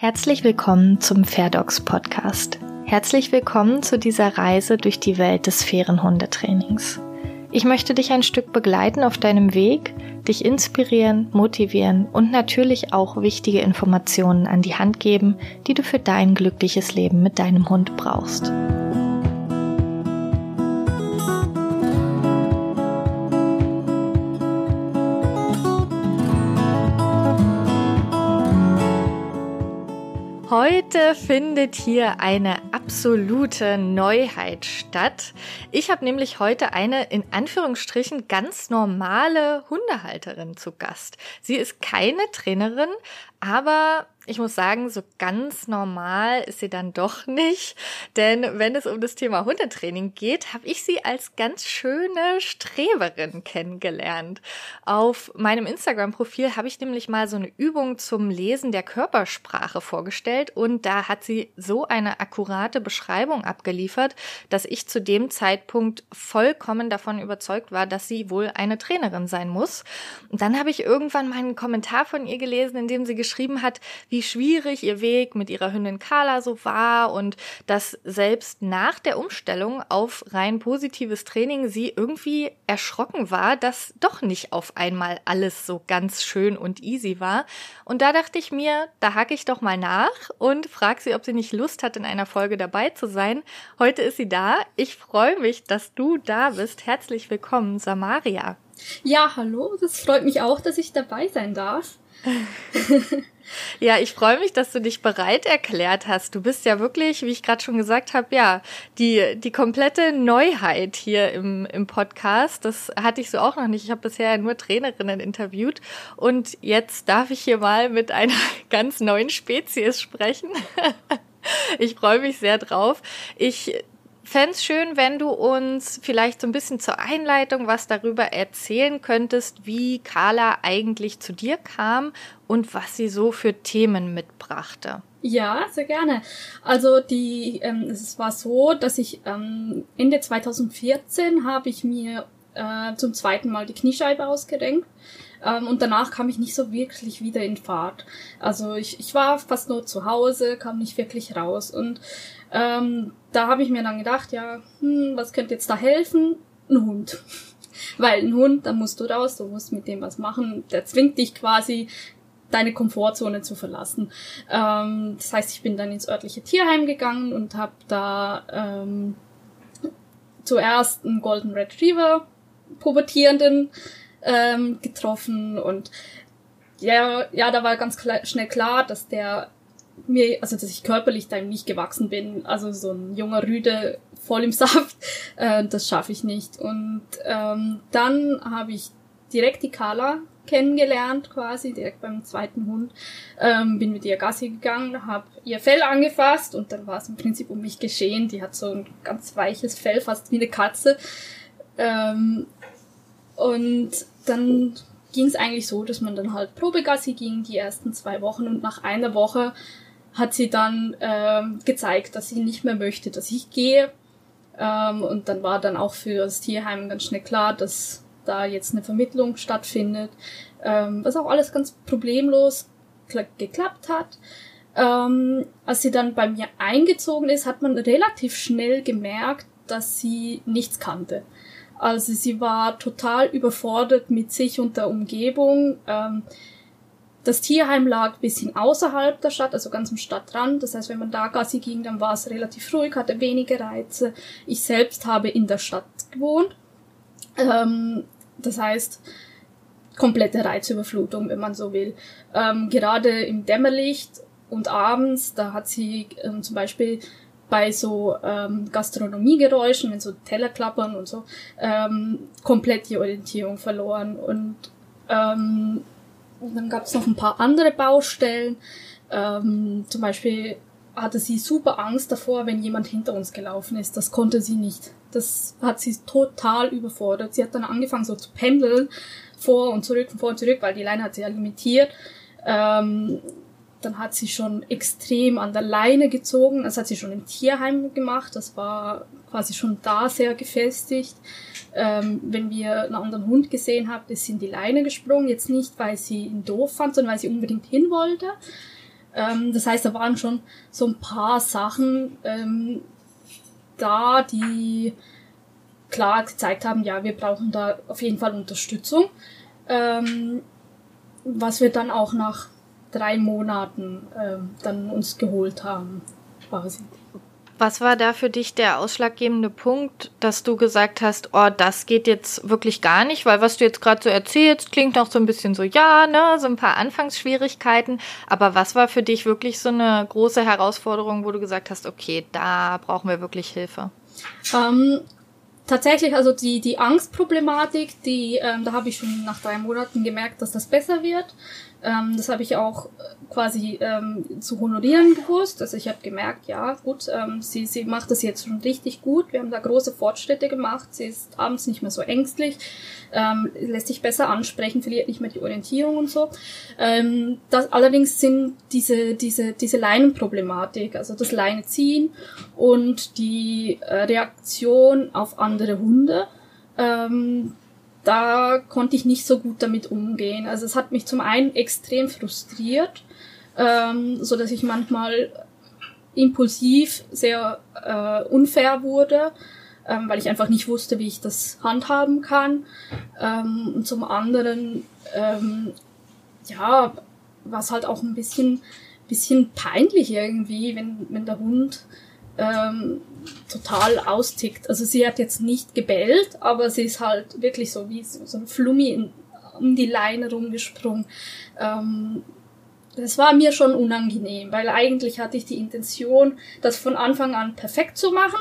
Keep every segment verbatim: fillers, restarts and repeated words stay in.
Herzlich willkommen zum Fairdogs Podcast. Herzlich willkommen zu dieser Reise durch die Welt des fairen Hundetrainings. Ich möchte dich ein Stück begleiten auf deinem Weg, dich inspirieren, motivieren und natürlich auch wichtige Informationen an die Hand geben, die du für dein glückliches Leben mit deinem Hund brauchst. Heute findet hier eine absolute Neuheit statt. Ich habe nämlich heute eine in Anführungsstrichen ganz normale Hundehalterin zu Gast. Sie ist keine Trainerin, aber ich muss sagen, so ganz normal ist sie dann doch nicht, denn wenn es um das Thema Hundetraining geht, habe ich sie als ganz schöne Streberin kennengelernt. Auf meinem Instagram-Profil habe ich nämlich mal so eine Übung zum Lesen der Körpersprache vorgestellt und da hat sie so eine akkurate Beschreibung abgeliefert, dass ich zu dem Zeitpunkt vollkommen davon überzeugt war, dass sie wohl eine Trainerin sein muss. Und dann habe ich irgendwann mal einen Kommentar von ihr gelesen, in dem sie geschrieben hat, wie schwierig ihr Weg mit ihrer Hündin Carla so war und dass selbst nach der Umstellung auf rein positives Training sie irgendwie erschrocken war, dass doch nicht auf einmal alles so ganz schön und easy war. Und da dachte ich mir, da hake ich doch mal nach und frage sie, ob sie nicht Lust hat, in einer Folge dabei zu sein. Heute ist sie da. Ich freue mich, dass du da bist. Herzlich willkommen, Samaria. Ja, hallo. Das freut mich auch, dass ich dabei sein darf. Ja, ich freue mich, dass du dich bereit erklärt hast. Du bist ja wirklich, wie ich gerade schon gesagt habe, ja, die die komplette Neuheit hier im im Podcast. Das hatte ich so auch noch nicht. Ich habe bisher nur Trainerinnen interviewt und jetzt darf ich hier mal mit einer ganz neuen Spezies sprechen. Ich freue mich sehr drauf. Ich fände es schön, wenn du uns vielleicht so ein bisschen zur Einleitung was darüber erzählen könntest, wie Carla eigentlich zu dir kam und was sie so für Themen mitbrachte. Ja, sehr gerne. Also die, ähm, es war so, dass ich ähm, Ende zweitausendvierzehn habe ich mir äh, zum zweiten Mal die Kniescheibe ausgerenkt. Ähm, und danach kam ich nicht so wirklich wieder in Fahrt. Also ich, ich war fast nur zu Hause, kam nicht wirklich raus. Und ähm, da habe ich mir dann gedacht, ja, hm, was könnte jetzt da helfen? Ein Hund. Weil ein Hund, da musst du raus, du musst mit dem was machen. Der zwingt dich quasi, deine Komfortzone zu verlassen. Ähm, das heißt, ich bin dann ins örtliche Tierheim gegangen und habe da ähm, zuerst einen Golden Retriever, Pubertierenden, ähm, getroffen und ja, ja, da war ganz klar, schnell klar, dass der mir, also dass ich körperlich da nicht gewachsen bin, also so ein junger Rüde voll im Saft, äh, das schaffe ich nicht. Und ähm, dann habe ich direkt die Carla kennengelernt, quasi direkt beim zweiten Hund, ähm, bin mit ihr Gassi gegangen, habe ihr Fell angefasst und dann war es im Prinzip um mich geschehen. Die hat so ein ganz weiches Fell, fast wie eine Katze. Ähm, und dann ging es eigentlich so, dass man dann halt Probegassi ging, die ersten zwei Wochen und nach einer Woche hat sie dann ähm, gezeigt, dass sie nicht mehr möchte, dass ich gehe. Ähm, und dann war dann auch für das Tierheim ganz schnell klar, dass da jetzt eine Vermittlung stattfindet, ähm, was auch alles ganz problemlos kla- geklappt hat. Ähm, als sie dann bei mir eingezogen ist, hat man relativ schnell gemerkt, dass sie nichts kannte. Also sie war total überfordert mit sich und der Umgebung. Ähm, das Tierheim lag ein bisschen außerhalb der Stadt, also ganz am Stadtrand. Das heißt, wenn man da Gassi ging, dann war es relativ ruhig, hatte wenige Reize. Ich selbst habe in der Stadt gewohnt. Ähm, das heißt, komplette Reizüberflutung, wenn man so will. Ähm, gerade im Dämmerlicht und abends, da hat sie ähm, zum Beispiel bei so ähm, Gastronomiegeräuschen, wenn so Teller klappern und so, ähm, komplett die Orientierung verloren. Und ähm, dann gab es noch ein paar andere Baustellen. Ähm, zum Beispiel hatte sie super Angst davor, wenn jemand hinter uns gelaufen ist. Das konnte sie nicht. Das hat sie total überfordert. Sie hat dann angefangen so zu pendeln, vor und zurück, vor und zurück, weil die Leine hat sie ja limitiert. Ähm, Dann hat sie schon extrem an der Leine gezogen. Das hat sie schon im Tierheim gemacht. Das war quasi schon da sehr gefestigt. Ähm, wenn wir einen anderen Hund gesehen haben, ist sie in die Leine gesprungen. Jetzt nicht, weil sie ihn doof fand, sondern weil sie unbedingt hin wollte. Ähm, das heißt, da waren schon so ein paar Sachen ähm, da, die klar gezeigt haben, ja, wir brauchen da auf jeden Fall Unterstützung. Ähm, was wir dann auch nach drei Monaten ähm, dann uns geholt haben, quasi. Was war da für dich der ausschlaggebende Punkt, dass du gesagt hast, oh, das geht jetzt wirklich gar nicht, weil was du jetzt gerade so erzählst, klingt auch so ein bisschen so, ja, ne, so ein paar Anfangsschwierigkeiten, aber was war für dich wirklich so eine große Herausforderung, wo du gesagt hast, okay, da brauchen wir wirklich Hilfe? Ähm, tatsächlich, also die die Angstproblematik, die ähm, da habe ich schon nach drei Monaten gemerkt, dass das besser wird. Ähm, das habe ich auch quasi ähm, zu honorieren gewusst. Also ich habe gemerkt, ja gut, ähm, sie sie macht das jetzt schon richtig gut. Wir haben da große Fortschritte gemacht. Sie ist abends nicht mehr so ängstlich, ähm, lässt sich besser ansprechen, verliert nicht mehr die Orientierung und so. Ähm, das allerdings sind diese diese diese Leinenproblematik, also das Leineziehen und die äh, Reaktion auf andere Hunde. Ähm, Da konnte ich nicht so gut damit umgehen. Also es hat mich zum einen extrem frustriert, ähm, so dass ich manchmal impulsiv sehr äh, unfair wurde, ähm, weil ich einfach nicht wusste, wie ich das handhaben kann. Ähm, und zum anderen, ähm, ja, war es halt auch ein bisschen, bisschen peinlich irgendwie, wenn, wenn der Hund ähm, total austickt. Also sie hat jetzt nicht gebellt, aber sie ist halt wirklich so wie so, so ein Flummi in, um die Leine rumgesprungen. Ähm, das war mir schon unangenehm, weil eigentlich hatte ich die Intention, das von Anfang an perfekt zu machen,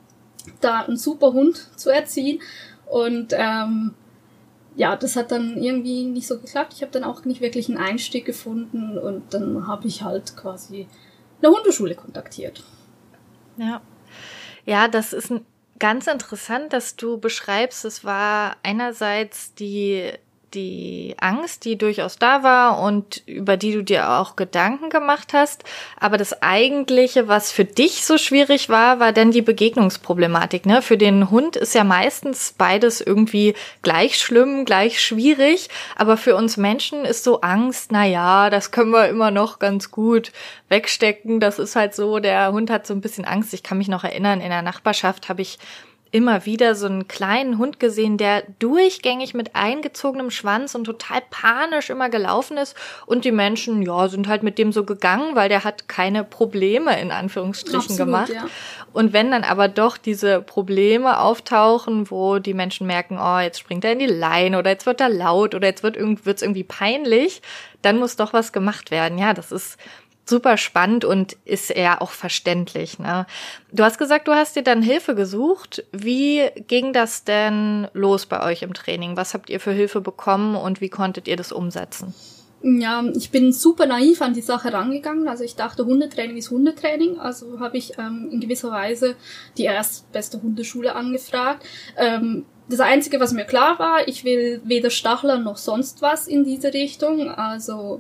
da einen super Hund zu erziehen und ähm, ja, das hat dann irgendwie nicht so geklappt. Ich habe dann auch nicht wirklich einen Einstieg gefunden und dann habe ich halt quasi eine Hundeschule kontaktiert. Ja, ja, das ist ganz interessant, dass du beschreibst, es war einerseits die die Angst, die durchaus da war und über die du dir auch Gedanken gemacht hast. Aber das Eigentliche, was für dich so schwierig war, war dann die Begegnungsproblematik, ne? Für den Hund ist ja meistens beides irgendwie gleich schlimm, gleich schwierig. Aber für uns Menschen ist so Angst, na ja, das können wir immer noch ganz gut wegstecken. Das ist halt so, der Hund hat so ein bisschen Angst. Ich kann mich noch erinnern, in der Nachbarschaft habe ich immer wieder so einen kleinen Hund gesehen, der durchgängig mit eingezogenem Schwanz und total panisch immer gelaufen ist. Und die Menschen, ja, sind halt mit dem so gegangen, weil der hat keine Probleme in Anführungsstrichen Absolut, gemacht. Ja. Und wenn dann aber doch diese Probleme auftauchen, wo die Menschen merken, oh, jetzt springt er in die Leine oder jetzt wird er laut oder jetzt wird es irgendwie peinlich, dann muss doch was gemacht werden. Ja, das ist super spannend und ist eher auch verständlich, ne? Du hast gesagt, du hast dir dann Hilfe gesucht. Wie ging das denn los bei euch im Training? Was habt ihr für Hilfe bekommen und wie konntet ihr das umsetzen? Ja, ich bin super naiv an die Sache rangegangen. Also ich dachte, Hundetraining ist Hundetraining. Also habe ich ähm, in gewisser Weise die erstbeste Hundeschule angefragt. Ähm, das Einzige, was mir klar war, ich will weder Stachler noch sonst was in diese Richtung. Also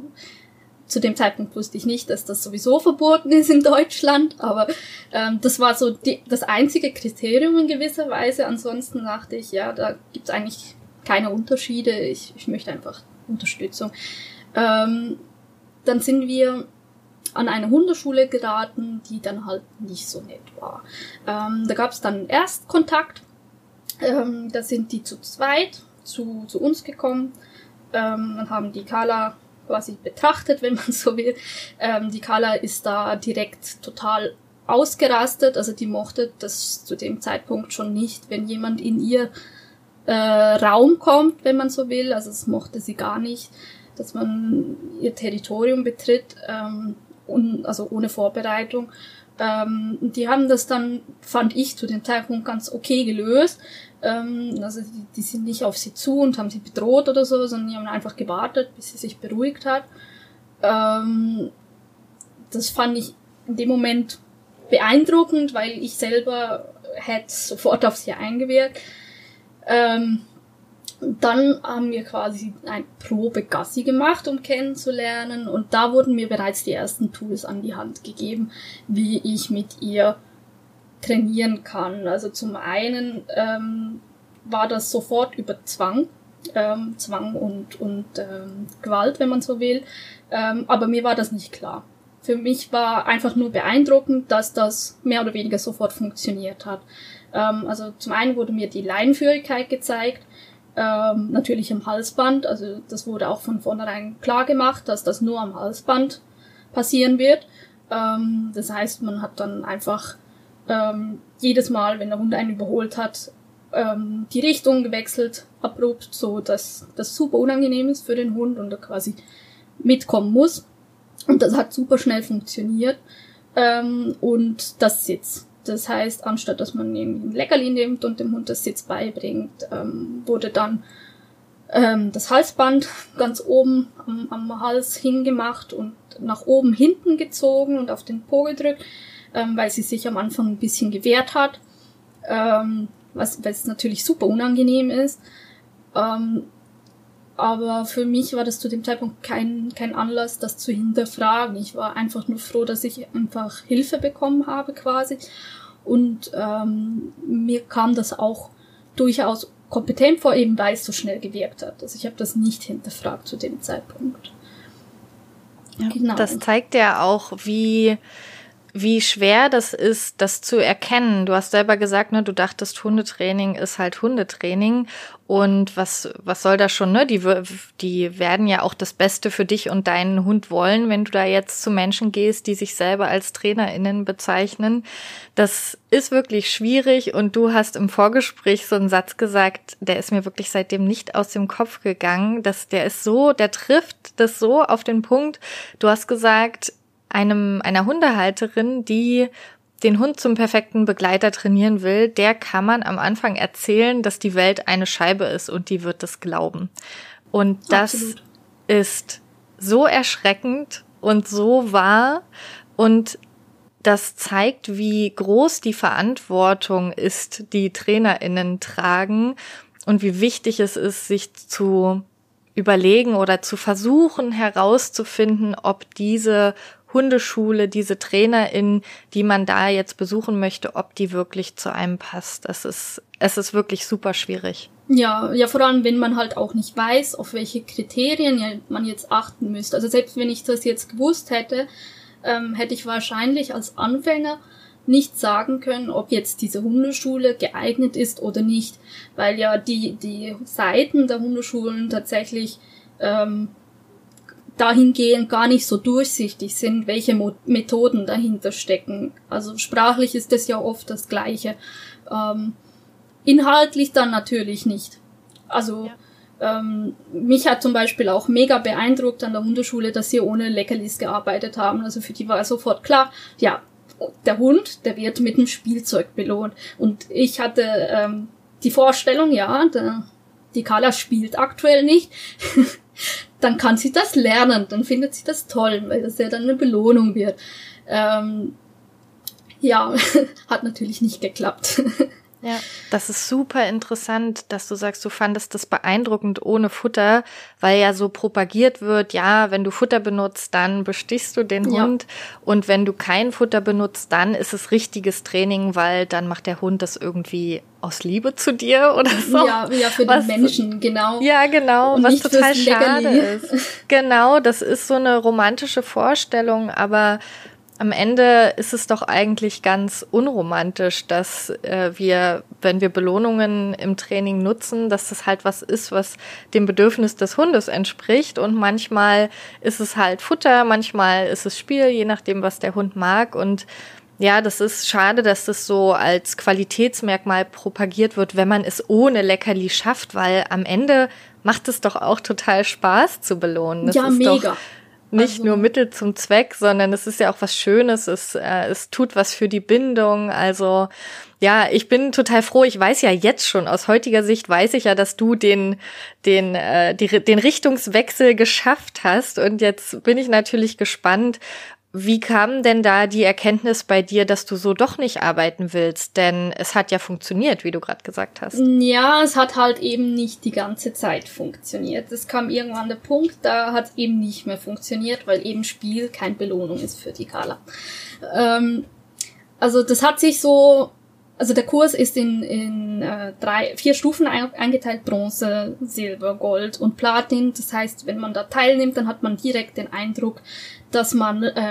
zu dem Zeitpunkt wusste ich nicht, dass das sowieso verboten ist in Deutschland, aber ähm, das war so die, das einzige Kriterium in gewisser Weise. Ansonsten dachte ich, ja, da gibt's eigentlich keine Unterschiede. Ich, ich möchte einfach Unterstützung. Ähm, dann sind wir an eine Hundeschule geraten, die dann halt nicht so nett war. Ähm, da gab's dann Erstkontakt. Ähm, da sind die zu zweit zu, zu uns gekommen. Ähm, dann haben die Carla quasi betrachtet, wenn man so will. Ähm, die Carla ist da direkt total ausgerastet, also die mochte das zu dem Zeitpunkt schon nicht, wenn jemand in ihr äh, Raum kommt, wenn man so will, also das mochte sie gar nicht, dass man ihr Territorium betritt, ähm, un, also ohne Vorbereitung. Ähm, die haben das dann, fand ich, zu dem Zeitpunkt ganz okay gelöst. Ähm, also die, die sind nicht auf sie zu und haben sie bedroht oder so, sondern die haben einfach gewartet, bis sie sich beruhigt hat. Ähm, das fand ich in dem Moment beeindruckend, weil ich selber hätte sofort auf sie eingewirkt. Ähm, dann haben wir quasi ein Probe-Gassi gemacht, um kennenzulernen, und da wurden mir bereits die ersten Tools an die Hand gegeben, wie ich mit ihr trainieren kann. Also zum einen ähm, war das sofort über Zwang, ähm, Zwang und, und ähm, Gewalt, wenn man so will, ähm, aber mir war das nicht klar. für mich war einfach nur beeindruckend, dass das mehr oder weniger sofort funktioniert hat. Ähm, also zum einen wurde mir die Leinenführigkeit gezeigt, ähm, natürlich am Halsband. Also das wurde auch von vornherein klar gemacht, dass das nur am Halsband passieren wird. Ähm, das heißt, man hat dann einfach ähm, jedes Mal, wenn der Hund einen überholt hat, ähm, die Richtung gewechselt, abrupt, so dass das super unangenehm ist für den Hund und er quasi mitkommen muss. Und das hat super schnell funktioniert. Ähm, und das Sitz. Das heißt, anstatt dass man irgendwie ein Leckerli nimmt und dem Hund das Sitz beibringt, ähm, wurde dann ähm, das Halsband ganz oben am, am Hals hingemacht und nach oben hinten gezogen und auf den Po gedrückt, ähm, weil sie sich am Anfang ein bisschen gewehrt hat, ähm, was, was natürlich super unangenehm ist. Ähm, aber für mich war das zu dem Zeitpunkt kein, kein Anlass, das zu hinterfragen. Ich war einfach nur froh, dass ich einfach Hilfe bekommen habe quasi. Und ähm, mir kam das auch durchaus kompetent vor, eben weil es so schnell gewirkt hat. Also ich habe das nicht hinterfragt zu dem Zeitpunkt. Ja, genau. Das zeigt ja auch, wie... wie schwer das ist, das zu erkennen. Du hast selber gesagt, ne, du dachtest, Hundetraining ist halt Hundetraining und was was soll das schon, ne? Die die werden ja auch das Beste für dich und deinen Hund wollen, wenn du da jetzt zu Menschen gehst, die sich selber als TrainerInnen bezeichnen. Das ist wirklich schwierig und du hast im Vorgespräch so einen Satz gesagt, der ist mir wirklich seitdem nicht aus dem Kopf gegangen, dass der ist so, der trifft das so auf den Punkt. Du hast gesagt, einem einer Hundehalterin, die den Hund zum perfekten Begleiter trainieren will, der kann man am Anfang erzählen, dass die Welt eine Scheibe ist und die wird es glauben. Und das Absolut. Ist so erschreckend und so wahr und das zeigt, wie groß die Verantwortung ist, die TrainerInnen tragen und wie wichtig es ist, sich zu überlegen oder zu versuchen herauszufinden, ob diese Hundeschule, diese TrainerInnen, die man da jetzt besuchen möchte, ob die wirklich zu einem passt. Es ist, es ist wirklich super schwierig. Ja, ja, vor allem, wenn man halt auch nicht weiß, auf welche Kriterien man jetzt achten müsste. Also selbst wenn ich das jetzt gewusst hätte, ähm, hätte ich wahrscheinlich als Anfänger nicht sagen können, ob jetzt diese Hundeschule geeignet ist oder nicht, weil ja die, die Seiten der Hundeschulen tatsächlich, ähm, dahingehend gar nicht so durchsichtig sind, welche Mo- Methoden dahinter stecken. Also sprachlich ist das ja oft das Gleiche. Ähm, inhaltlich dann natürlich nicht. Also ja. ähm, mich hat zum Beispiel auch mega beeindruckt an der Hundeschule, dass sie ohne Leckerlis gearbeitet haben. Also für die war sofort klar, ja, der Hund, der wird mit dem Spielzeug belohnt. Und ich hatte ähm, die Vorstellung, ja, der, die Carla spielt aktuell nicht. Dann kann sie das lernen, dann findet sie das toll, weil das ja dann eine Belohnung wird. Ähm, ja, hat natürlich nicht geklappt. Ja, das ist super interessant, dass du sagst, du fandest das beeindruckend ohne Futter, weil ja so propagiert wird, ja, wenn du Futter benutzt, dann bestichst du den ja. Hund und wenn du kein Futter benutzt, dann ist es richtiges Training, weil dann macht der Hund das irgendwie aus Liebe zu dir oder so. Ja, ja, für was, den Menschen, genau. Ja, genau, und was total schade ist. Genau, das ist so eine romantische Vorstellung, aber am Ende ist es doch eigentlich ganz unromantisch, dass äh, wir, wenn wir Belohnungen im Training nutzen, dass das halt was ist, was dem Bedürfnis des Hundes entspricht. Und manchmal ist es halt Futter, manchmal ist es Spiel, je nachdem, was der Hund mag. Und ja, das ist schade, dass das so als Qualitätsmerkmal propagiert wird, wenn man es ohne Leckerli schafft, weil am Ende macht es doch auch total Spaß zu belohnen. Das ja, ist mega. Doch nicht also, nur Mittel zum Zweck, sondern es ist ja auch was Schönes, es, äh, es tut was für die Bindung, also ja, ich bin total froh, ich weiß ja jetzt schon, aus heutiger Sicht weiß ich ja, dass du den den äh, die, den Richtungswechsel geschafft hast und jetzt bin ich natürlich gespannt, wie kam denn da die Erkenntnis bei dir, dass du so doch nicht arbeiten willst? Denn es hat ja funktioniert, wie du gerade gesagt hast. Ja, es hat halt eben nicht die ganze Zeit funktioniert. Es kam irgendwann der Punkt, da hat es eben nicht mehr funktioniert, weil eben Spiel keine Belohnung ist für die Carla. Ähm, also das hat sich so, also der Kurs ist in, in äh, drei, vier Stufen eingeteilt, Bronze, Silber, Gold und Platin. Das heißt, wenn man da teilnimmt, dann hat man direkt den Eindruck, dass man äh,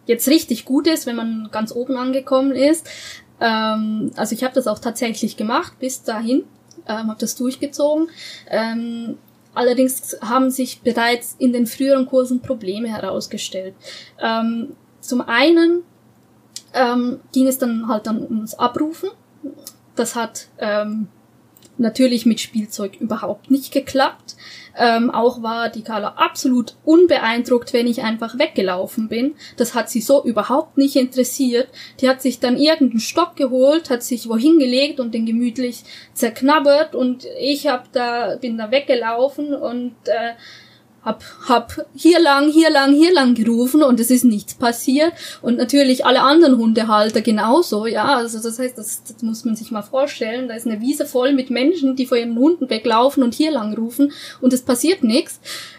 jetzt richtig gut ist, wenn man ganz oben angekommen ist. Ähm, also ich habe das auch tatsächlich gemacht, bis dahin, ähm, habe das durchgezogen. Ähm, allerdings haben sich bereits in den früheren Kursen Probleme herausgestellt. Ähm, zum einen ähm, ging es dann halt dann ums Abrufen. Das hat ähm, natürlich mit Spielzeug überhaupt nicht geklappt. Ähm, auch war die Carla absolut unbeeindruckt, wenn ich einfach weggelaufen bin. Das hat sie so überhaupt nicht interessiert. Die hat sich dann irgendeinen Stock geholt, hat sich wohin gelegt und den gemütlich zerknabbert und ich hab da, bin da weggelaufen und äh, hab, hab hier lang, hier lang, hier lang gerufen und es ist nichts passiert. Und natürlich alle anderen Hundehalter genauso, ja. Also das heißt, das, das muss man sich mal vorstellen. Da ist eine Wiese voll mit Menschen, die vor ihren Hunden weglaufen und hier lang rufen und es passiert nichts.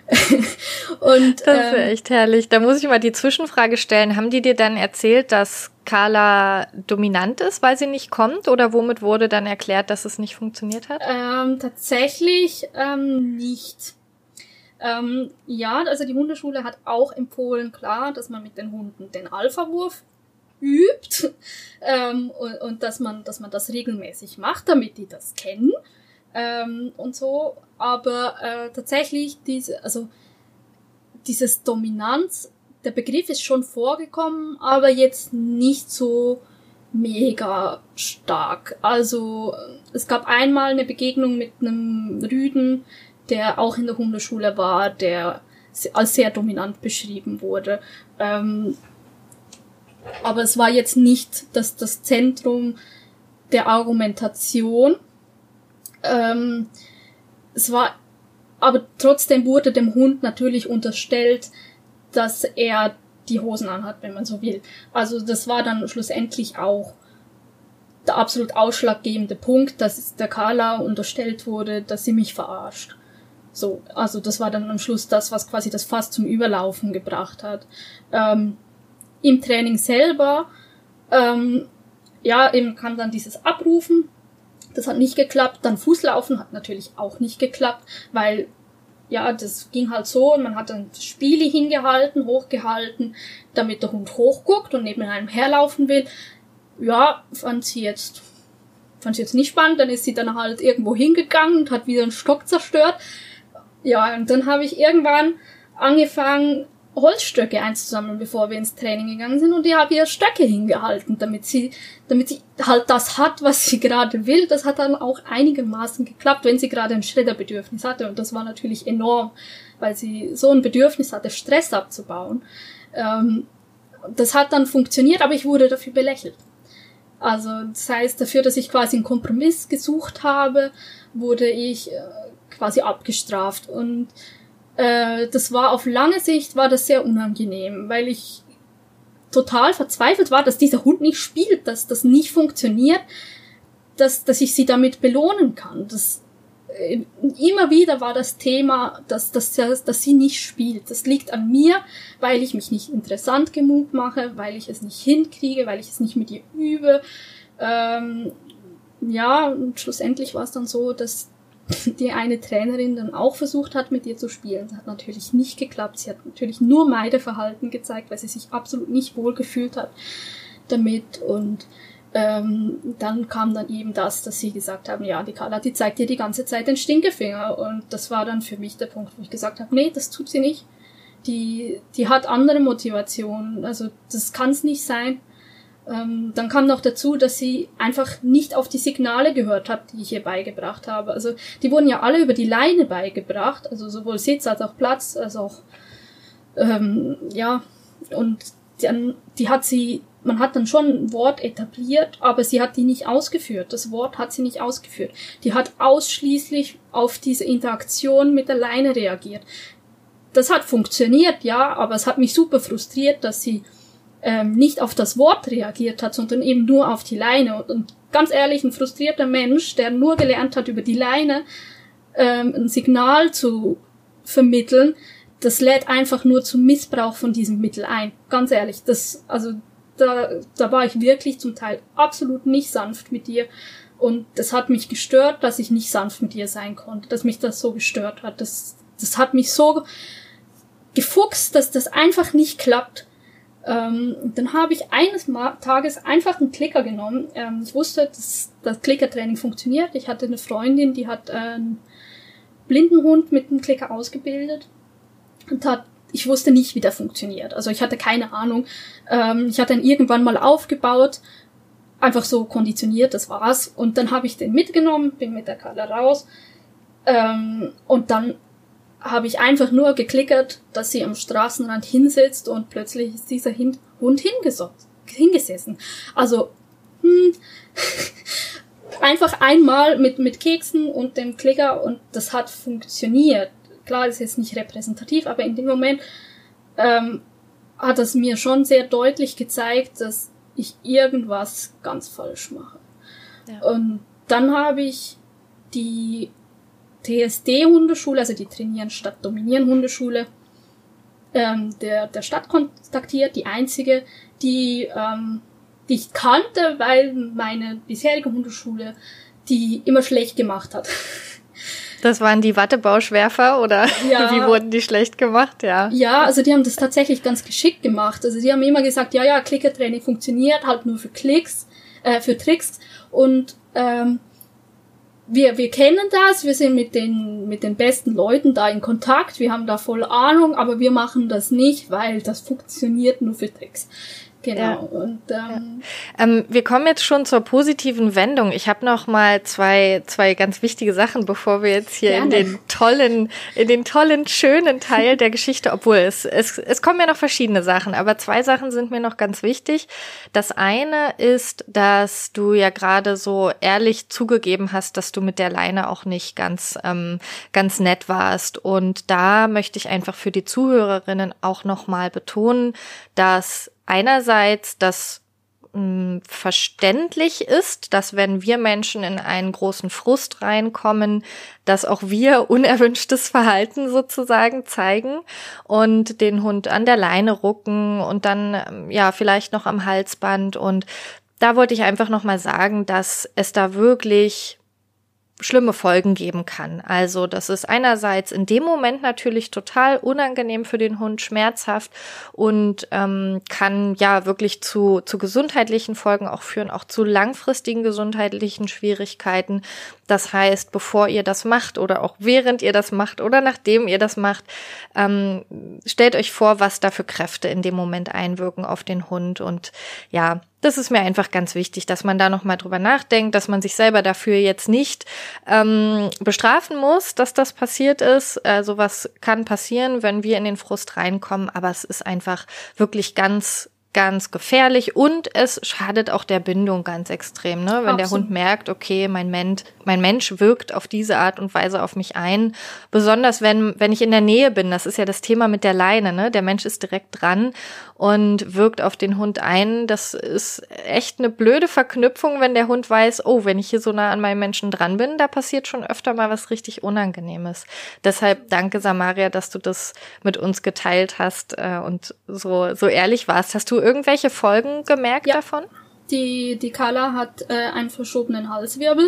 Und, das ist ähm, echt herrlich. Da muss ich mal die Zwischenfrage stellen. Haben die dir dann erzählt, dass Carla dominant ist, weil sie nicht kommt? Oder womit wurde dann erklärt, dass es nicht funktioniert hat? Ähm, tatsächlich ähm, nicht. Ähm, ja, also die Hundeschule hat auch empfohlen, klar, dass man mit den Hunden den Alpha-Wurf übt ähm, und, und dass man, dass man das regelmäßig macht, damit die das kennen ähm, und so. Aber äh, tatsächlich diese, also dieses Dominanz, der Begriff ist schon vorgekommen, aber jetzt nicht so mega stark. Also es gab einmal eine Begegnung mit einem Rüden, der auch in der Hundeschule war, der als sehr dominant beschrieben wurde. Ähm, aber es war jetzt nicht das, das Zentrum der Argumentation. Ähm, es war, aber trotzdem wurde dem Hund natürlich unterstellt, dass er die Hosen anhat, wenn man so will. Also das war dann schlussendlich auch der absolut ausschlaggebende Punkt, dass der Carla unterstellt wurde, dass sie mich verarscht. So, also das war dann am Schluss das, was quasi das Fass zum Überlaufen gebracht hat. Ähm, im Training selber, ähm, ja, eben kann dann dieses Abrufen, das hat nicht geklappt. Dann Fußlaufen hat natürlich auch nicht geklappt, weil, ja, das ging halt so, man hat dann Spiele hingehalten, hochgehalten, damit der Hund hochguckt und neben einem herlaufen will. Ja, fand sie jetzt, fand sie jetzt nicht spannend, dann ist sie dann halt irgendwo hingegangen und hat wieder einen Stock zerstört. Ja, und dann habe ich irgendwann angefangen, Holzstöcke einzusammeln, bevor wir ins Training gegangen sind. Und ich habe ihr Stöcke hingehalten, damit sie, damit sie halt das hat, was sie gerade will. Das hat dann auch einigermaßen geklappt, wenn sie gerade ein Schredderbedürfnis hatte. Und das war natürlich enorm, weil sie so ein Bedürfnis hatte, Stress abzubauen. Ähm, das hat dann funktioniert, aber ich wurde dafür belächelt. Also das heißt, dafür, dass ich quasi einen Kompromiss gesucht habe, wurde ich äh, quasi abgestraft. Und äh, das war auf lange Sicht war das sehr unangenehm, weil ich total verzweifelt war, dass dieser Hund nicht spielt, dass das nicht funktioniert, dass dass ich sie damit belohnen kann. Das äh, immer wieder war das Thema, dass dass dass sie nicht spielt. Das liegt an mir, weil ich mich nicht interessant genug mache, weil ich es nicht hinkriege, weil ich es nicht mit ihr übe. Ähm, ja, und schlussendlich war es dann so, dass die eine Trainerin dann auch versucht hat, mit ihr zu spielen. Das hat natürlich nicht geklappt. Sie hat natürlich nur Meideverhalten gezeigt, weil sie sich absolut nicht wohl gefühlt hat damit. Und ähm, dann kam dann eben das, dass sie gesagt haben, ja, die Carla, die zeigt dir die ganze Zeit den Stinkefinger. Und das war dann für mich der Punkt, wo ich gesagt habe, nee, das tut sie nicht. Die, die hat andere Motivationen. Also das kann es nicht sein. Ähm, dann kam noch dazu, dass sie einfach nicht auf die Signale gehört hat, die ich ihr beigebracht habe. Also die wurden ja alle über die Leine beigebracht, also sowohl Sitz als auch Platz, als auch ähm, ja, und dann, die hat sie, man hat dann schon ein Wort etabliert, aber sie hat die nicht ausgeführt. Das Wort hat sie nicht ausgeführt. Die hat ausschließlich auf diese Interaktion mit der Leine reagiert. Das hat funktioniert, ja, aber es hat mich super frustriert, dass sie Ähm, nicht auf das Wort reagiert hat, sondern eben nur auf die Leine. Und, und ganz ehrlich, ein frustrierter Mensch, der nur gelernt hat, über die Leine ähm, ein Signal zu vermitteln, das lädt einfach nur zum Missbrauch von diesem Mittel ein. Ganz ehrlich, das, also da, da war ich wirklich zum Teil absolut nicht sanft mit ihr. Und das hat mich gestört, dass ich nicht sanft mit ihr sein konnte, dass mich das so gestört hat. Das, das hat mich so gefuchst, dass das einfach nicht klappt. Ähm, dann habe ich eines Ma- Tages einfach einen Klicker genommen. Ähm, ich wusste, dass das Klickertraining funktioniert. Ich hatte eine Freundin, die hat äh, einen Blindenhund mit einem Klicker ausgebildet und hat, ich wusste nicht, wie der funktioniert. Also ich hatte keine Ahnung. Ähm, ich hatte ihn irgendwann mal aufgebaut, einfach so konditioniert, das war's. Und dann habe ich den mitgenommen, bin mit der Carla raus ähm, und dann habe ich einfach nur geklickert, dass sie am Straßenrand hinsetzt und plötzlich ist dieser Hin- Hund hingeso- hingesessen. Also hm, einfach einmal mit mit Keksen und dem Klicker und das hat funktioniert. Klar, das ist jetzt nicht repräsentativ, aber in dem Moment ähm, hat es mir schon sehr deutlich gezeigt, dass ich irgendwas ganz falsch mache. Ja. Und dann habe ich die T S D-Hundeschule, also die Trainieren statt Dominieren Hundeschule, ähm, der, der Stadt kontaktiert, die einzige, die, ähm, die ich kannte, weil meine bisherige Hundeschule die immer schlecht gemacht hat. Das waren die Wattebauschwerfer oder ja. Wie wurden die schlecht gemacht? Ja. Ja, also die haben das tatsächlich ganz geschickt gemacht. Also die haben immer gesagt, ja, ja, Klickertraining funktioniert, halt nur für Klicks, äh, für Tricks und ähm, Wir, wir kennen das, wir sind mit den, mit den besten Leuten da in Kontakt, wir haben da voll Ahnung, aber wir machen das nicht, weil das funktioniert nur für Tricks. Genau. Ja. Und ähm, ja. ähm, wir kommen jetzt schon zur positiven Wendung. Ich habe noch mal zwei zwei ganz wichtige Sachen, bevor wir jetzt hier Gerne. in den tollen in den tollen schönen Teil der Geschichte, obwohl es es es kommen ja noch verschiedene Sachen, aber zwei Sachen sind mir noch ganz wichtig. Das eine ist, dass du ja gerade so ehrlich zugegeben hast, dass du mit der Leine auch nicht ganz ähm, ganz nett warst, und da möchte ich einfach für die Zuhörerinnen auch noch mal betonen, dass einerseits das mh, verständlich ist, dass wenn wir Menschen in einen großen Frust reinkommen, dass auch wir unerwünschtes Verhalten sozusagen zeigen und den Hund an der Leine rucken und dann ja vielleicht noch am Halsband. Und da wollte ich einfach noch mal sagen, dass es da wirklich schlimme Folgen geben kann. Also das ist einerseits in dem Moment natürlich total unangenehm für den Hund, schmerzhaft und ähm, kann ja wirklich zu zu gesundheitlichen Folgen auch führen, auch zu langfristigen gesundheitlichen Schwierigkeiten. Das heißt, bevor ihr das macht oder auch während ihr das macht oder nachdem ihr das macht, ähm, stellt euch vor, was da für Kräfte in dem Moment einwirken auf den Hund. Und ja, das ist mir einfach ganz wichtig, dass man da nochmal drüber nachdenkt, dass man sich selber dafür jetzt nicht ähm, bestrafen muss, dass das passiert ist. Äh, sowas kann passieren, wenn wir in den Frust reinkommen, aber es ist einfach wirklich ganz ganz gefährlich und es schadet auch der Bindung ganz extrem, ne? Wenn Absolut. Der Hund merkt, okay, mein Mensch, mein Mensch wirkt auf diese Art und Weise auf mich ein. Besonders wenn wenn ich in der Nähe bin, das ist ja das Thema mit der Leine, ne? Der Mensch ist direkt dran und wirkt auf den Hund ein. Das ist echt eine blöde Verknüpfung, wenn der Hund weiß, oh, wenn ich hier so nah an meinem Menschen dran bin, da passiert schon öfter mal was richtig Unangenehmes. Deshalb danke, Samaria, dass du das mit uns geteilt hast äh, und so so ehrlich warst. Hast du irgendwelche Folgen gemerkt ja. davon? Die, die Carla hat äh, einen verschobenen Halswirbel,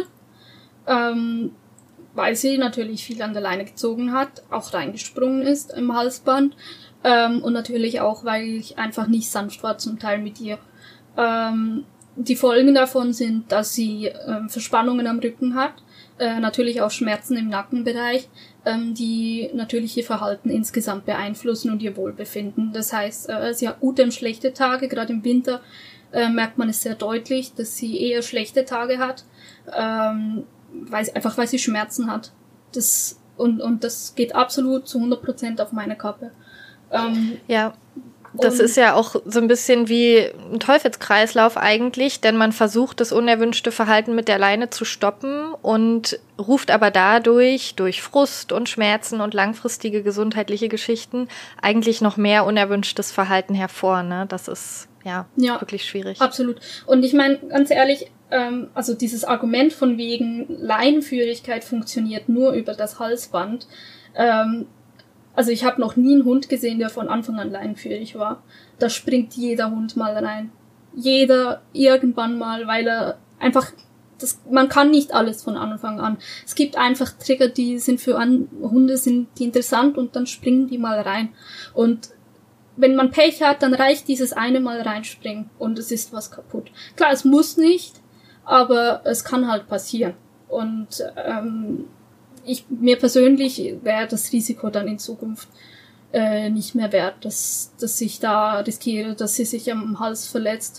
ähm, weil sie natürlich viel an der Leine gezogen hat, auch reingesprungen ist im Halsband ähm, und natürlich auch, weil ich einfach nicht sanft war zum Teil mit ihr. Ähm, die Folgen davon sind, dass sie ähm, Verspannungen am Rücken hat, äh, natürlich auch Schmerzen im Nackenbereich, ähm, die natürlich ihr Verhalten insgesamt beeinflussen und ihr Wohlbefinden. Das heißt, äh, sie hat gute und schlechte Tage, gerade im Winter äh, merkt man es sehr deutlich, dass sie eher schlechte Tage hat, ähm, weil sie, einfach weil sie Schmerzen hat. Das, und, und das geht absolut zu hundert Prozent auf meine Kappe. Ähm, ja. Das ist ja auch so ein bisschen wie ein Teufelskreislauf eigentlich, denn man versucht, das unerwünschte Verhalten mit der Leine zu stoppen und ruft aber dadurch, durch Frust und Schmerzen und langfristige gesundheitliche Geschichten, eigentlich noch mehr unerwünschtes Verhalten hervor, ne? Das ist ja, ja wirklich schwierig. Absolut. Und ich meine, ganz ehrlich, ähm, also dieses Argument von wegen Leinenführigkeit funktioniert nur über das Halsband, ähm, also ich habe noch nie einen Hund gesehen, der von Anfang an leinenführig war. Da springt jeder Hund mal rein. Jeder irgendwann mal, weil er einfach, das, man kann nicht alles von Anfang an. Es gibt einfach Trigger, die sind für an, Hunde sind die interessant und dann springen die mal rein. Und wenn man Pech hat, dann reicht dieses eine Mal reinspringen und es ist was kaputt. Klar, es muss nicht, aber es kann halt passieren. Und ähm, ich mir persönlich wäre das Risiko dann in Zukunft äh, nicht mehr wert, dass, dass ich da riskiere, dass sie sich am Hals verletzt.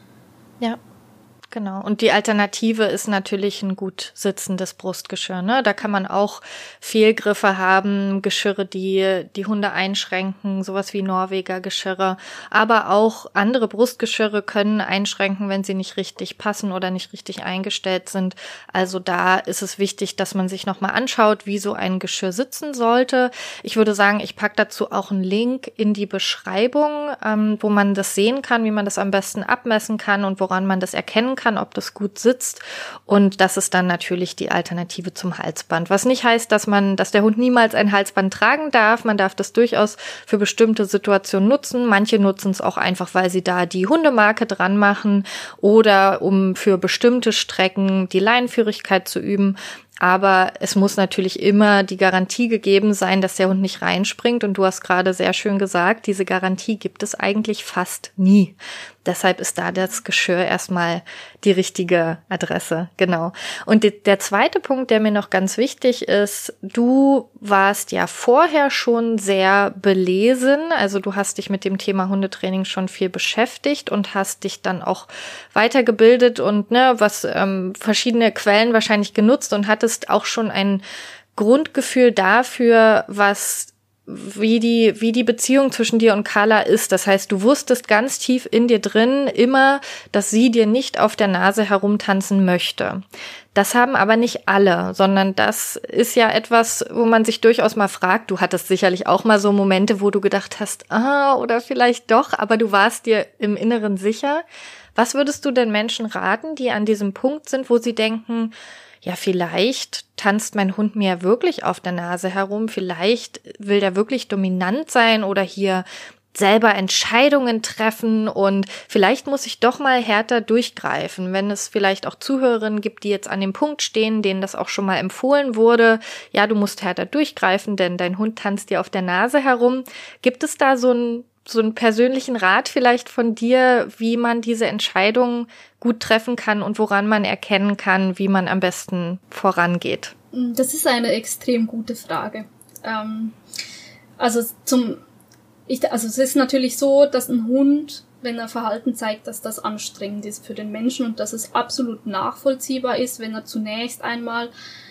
Ja. Genau. Und die Alternative ist natürlich ein gut sitzendes Brustgeschirr, ne? Da kann man auch Fehlgriffe haben, Geschirre, die die Hunde einschränken, sowas wie Norweger Geschirre. Aber auch andere Brustgeschirre können einschränken, wenn sie nicht richtig passen oder nicht richtig eingestellt sind. Also da ist es wichtig, dass man sich nochmal anschaut, wie so ein Geschirr sitzen sollte. Ich würde sagen, ich packe dazu auch einen Link in die Beschreibung, ähm, wo man das sehen kann, wie man das am besten abmessen kann und woran man das erkennen kann, ob das gut sitzt. Und das ist dann natürlich die Alternative zum Halsband. Was nicht heißt, dass man, dass der Hund niemals ein Halsband tragen darf. Man darf das durchaus für bestimmte Situationen nutzen. Manche nutzen es auch einfach, weil sie da die Hundemarke dran machen oder um für bestimmte Strecken die Leinenführigkeit zu üben. Aber es muss natürlich immer die Garantie gegeben sein, dass der Hund nicht reinspringt. Und du hast gerade sehr schön gesagt, diese Garantie gibt es eigentlich fast nie. Deshalb ist da das Geschirr erstmal die richtige Adresse. Genau. Und der zweite Punkt, der mir noch ganz wichtig ist, du warst ja vorher schon sehr belesen. Also du hast dich mit dem Thema Hundetraining schon viel beschäftigt und hast dich dann auch weitergebildet und ne, was ähm, verschiedene Quellen wahrscheinlich genutzt und hattest auch schon ein Grundgefühl dafür, was wie die wie die Beziehung zwischen dir und Carla ist. Das heißt, du wusstest ganz tief in dir drin immer, dass sie dir nicht auf der Nase herumtanzen möchte. Das haben aber nicht alle, sondern das ist ja etwas, wo man sich durchaus mal fragt. Du hattest sicherlich auch mal so Momente, wo du gedacht hast, ah, oder vielleicht doch, aber du warst dir im Inneren sicher. Was würdest du denn Menschen raten, die an diesem Punkt sind, wo sie denken, ja, vielleicht tanzt mein Hund mir wirklich auf der Nase herum, vielleicht will der wirklich dominant sein oder hier selber Entscheidungen treffen und vielleicht muss ich doch mal härter durchgreifen, wenn es vielleicht auch Zuhörerinnen gibt, die jetzt an dem Punkt stehen, denen das auch schon mal empfohlen wurde, ja, du musst härter durchgreifen, denn dein Hund tanzt dir auf der Nase herum. Gibt es da so ein so einen persönlichen Rat vielleicht von dir, wie man diese Entscheidungen gut treffen kann und woran man erkennen kann, wie man am besten vorangeht? Das ist eine extrem gute Frage. Ähm, also zum, ich, also es ist natürlich so, dass ein Hund, wenn er Verhalten zeigt, dass das anstrengend ist für den Menschen und dass es absolut nachvollziehbar ist, wenn er zunächst einmal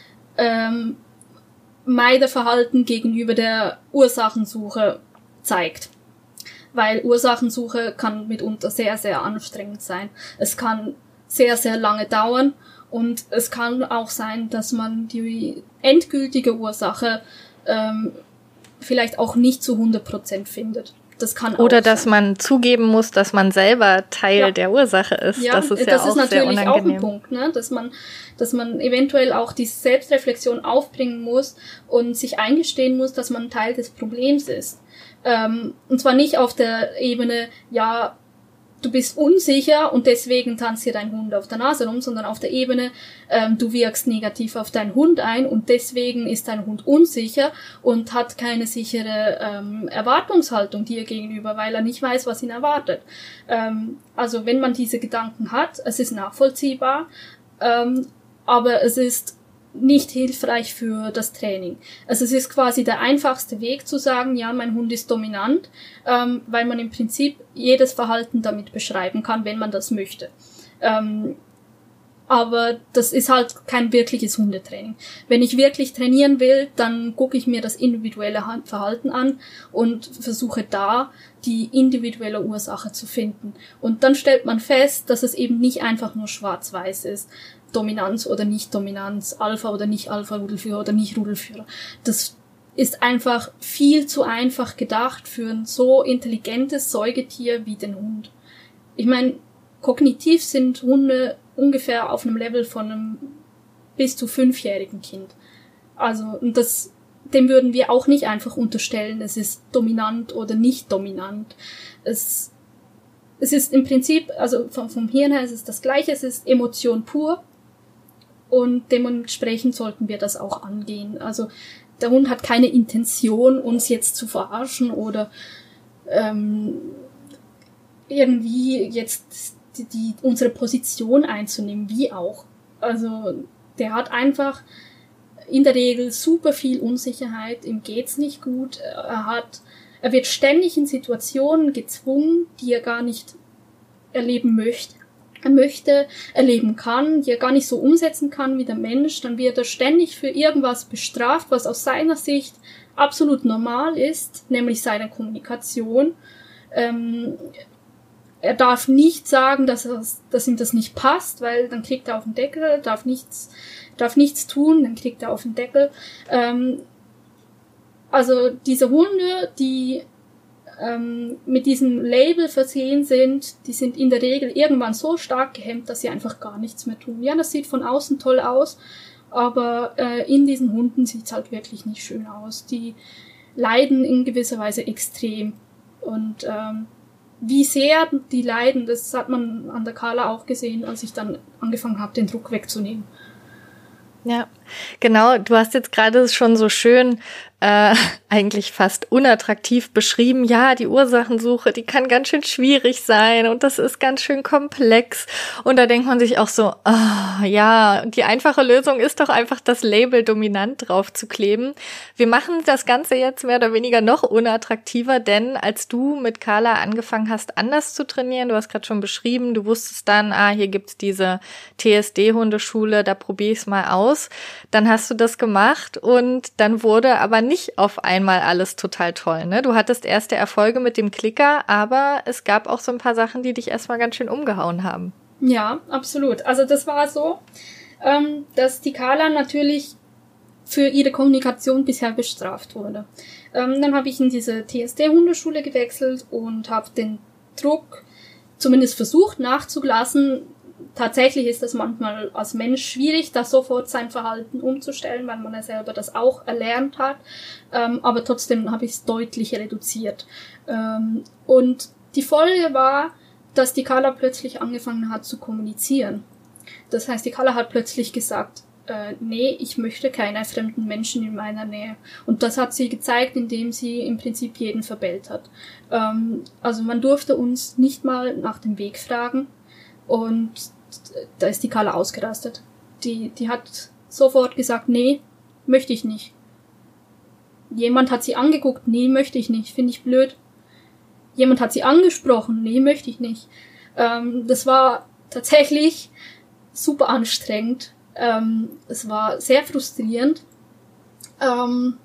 ähm, Meideverhalten gegenüber der Ursachensuche zeigt. Weil Ursachensuche kann mitunter sehr, sehr anstrengend sein. Es kann sehr, sehr lange dauern und es kann auch sein, dass man die endgültige Ursache ähm, vielleicht auch nicht zu hundert Prozent findet. Das kann Oder auch dass sein. man zugeben muss, dass man selber Teil ja. der Ursache ist. Ja, das ist ja das auch ist natürlich sehr unangenehm. auch ein Punkt, ne? dass man, dass man eventuell auch die Selbstreflexion aufbringen muss und sich eingestehen muss, dass man Teil des Problems ist. Ähm, und zwar nicht auf der Ebene, ja, du bist unsicher und deswegen tanzt hier dein Hund auf der Nase rum, sondern auf der Ebene, ähm, du wirkst negativ auf deinen Hund ein und deswegen ist dein Hund unsicher und hat keine sichere ähm, Erwartungshaltung dir gegenüber, weil er nicht weiß, was ihn erwartet. Ähm, also wenn man diese Gedanken hat, es ist nachvollziehbar, ähm, aber es ist nicht hilfreich für das Training. Also es ist quasi der einfachste Weg zu sagen, ja, mein Hund ist dominant, ähm, weil man im Prinzip jedes Verhalten damit beschreiben kann, wenn man das möchte. Ähm, aber das ist halt kein wirkliches Hundetraining. Wenn ich wirklich trainieren will, dann gucke ich mir das individuelle Verhalten an und versuche da die individuelle Ursache zu finden. Und dann stellt man fest, dass es eben nicht einfach nur schwarz-weiß ist. Dominanz oder Nicht-Dominanz, Alpha oder Nicht-Alpha-Rudelführer oder Nicht-Rudelführer. Das ist einfach viel zu einfach gedacht für ein so intelligentes Säugetier wie den Hund. Ich meine, kognitiv sind Hunde ungefähr auf einem Level von einem bis zu fünfjährigen Kind. Also, und das, dem würden wir auch nicht einfach unterstellen, es ist dominant oder nicht dominant. Es, es ist im Prinzip, also vom, vom Hirn her ist es das Gleiche, es ist Emotion pur. Und dementsprechend sollten wir das auch angehen. Also der Hund hat keine Intention, uns jetzt zu verarschen oder ähm, irgendwie jetzt die, die unsere Position einzunehmen, wie auch. Also der hat einfach in der Regel super viel Unsicherheit, ihm geht's nicht gut, er hat, er wird ständig in Situationen gezwungen, die er gar nicht erleben möchte, er möchte, erleben kann, die er gar nicht so umsetzen kann wie der Mensch, dann wird er ständig für irgendwas bestraft, was aus seiner Sicht absolut normal ist, nämlich seine Kommunikation. Ähm, er darf nicht sagen, dass, er, dass ihm das nicht passt, weil dann kriegt er auf den Deckel, darf nichts, darf nichts tun, dann kriegt er auf den Deckel. Ähm, also diese Hunde, die ähm, mit diesem Label versehen sind, die sind in der Regel irgendwann so stark gehemmt, dass sie einfach gar nichts mehr tun. Ja, das sieht von außen toll aus, aber äh, in diesen Hunden sieht's halt wirklich nicht schön aus. Die leiden in gewisser Weise extrem. Und ähm, wie sehr die leiden, das hat man an der Carla auch gesehen, als ich dann angefangen habe, den Druck wegzunehmen. Ja, genau. Du hast jetzt gerade schon so schön äh, eigentlich fast unattraktiv beschrieben. Ja, die Ursachensuche, die kann ganz schön schwierig sein und das ist ganz schön komplex. Und da denkt man sich auch so, oh, ja, die einfache Lösung ist doch einfach das Label dominant drauf zu kleben. Wir machen das Ganze jetzt mehr oder weniger noch unattraktiver, denn als du mit Carla angefangen hast, anders zu trainieren, du hast gerade schon beschrieben, du wusstest dann, ah, hier gibt's diese T S D-Hundeschule, da probiere ich's mal aus. Dann hast du das gemacht und dann wurde aber nicht auf einmal alles total toll, ne? Du hattest erste Erfolge mit dem Klicker, aber es gab auch so ein paar Sachen, die dich erstmal ganz schön umgehauen haben. Ja, absolut. Also das war so, ähm, dass die Carla natürlich für ihre Kommunikation bisher bestraft wurde. Ähm, dann habe ich in diese T S D-Hundeschule gewechselt und habe den Druck zumindest versucht nachzulassen. Tatsächlich ist das manchmal als Mensch schwierig, da sofort sein Verhalten umzustellen, weil man ja selber das auch erlernt hat. Ähm, aber trotzdem habe ich es deutlich reduziert. Ähm, und die Folge war, dass die Carla plötzlich angefangen hat zu kommunizieren. Das heißt, die Carla hat plötzlich gesagt, äh, nee, ich möchte keine fremden Menschen in meiner Nähe. Und das hat sie gezeigt, indem sie im Prinzip jeden verbellt hat. Ähm, also man durfte uns nicht mal nach dem Weg fragen. Und da ist die Carla ausgerastet. Die, die hat sofort gesagt, nee, möchte ich nicht. Jemand hat sie angeguckt, nee, möchte ich nicht, finde ich blöd. Jemand hat sie angesprochen, nee, möchte ich nicht. Ähm, das war tatsächlich super anstrengend. Ähm, es war sehr frustrierend. Ähm,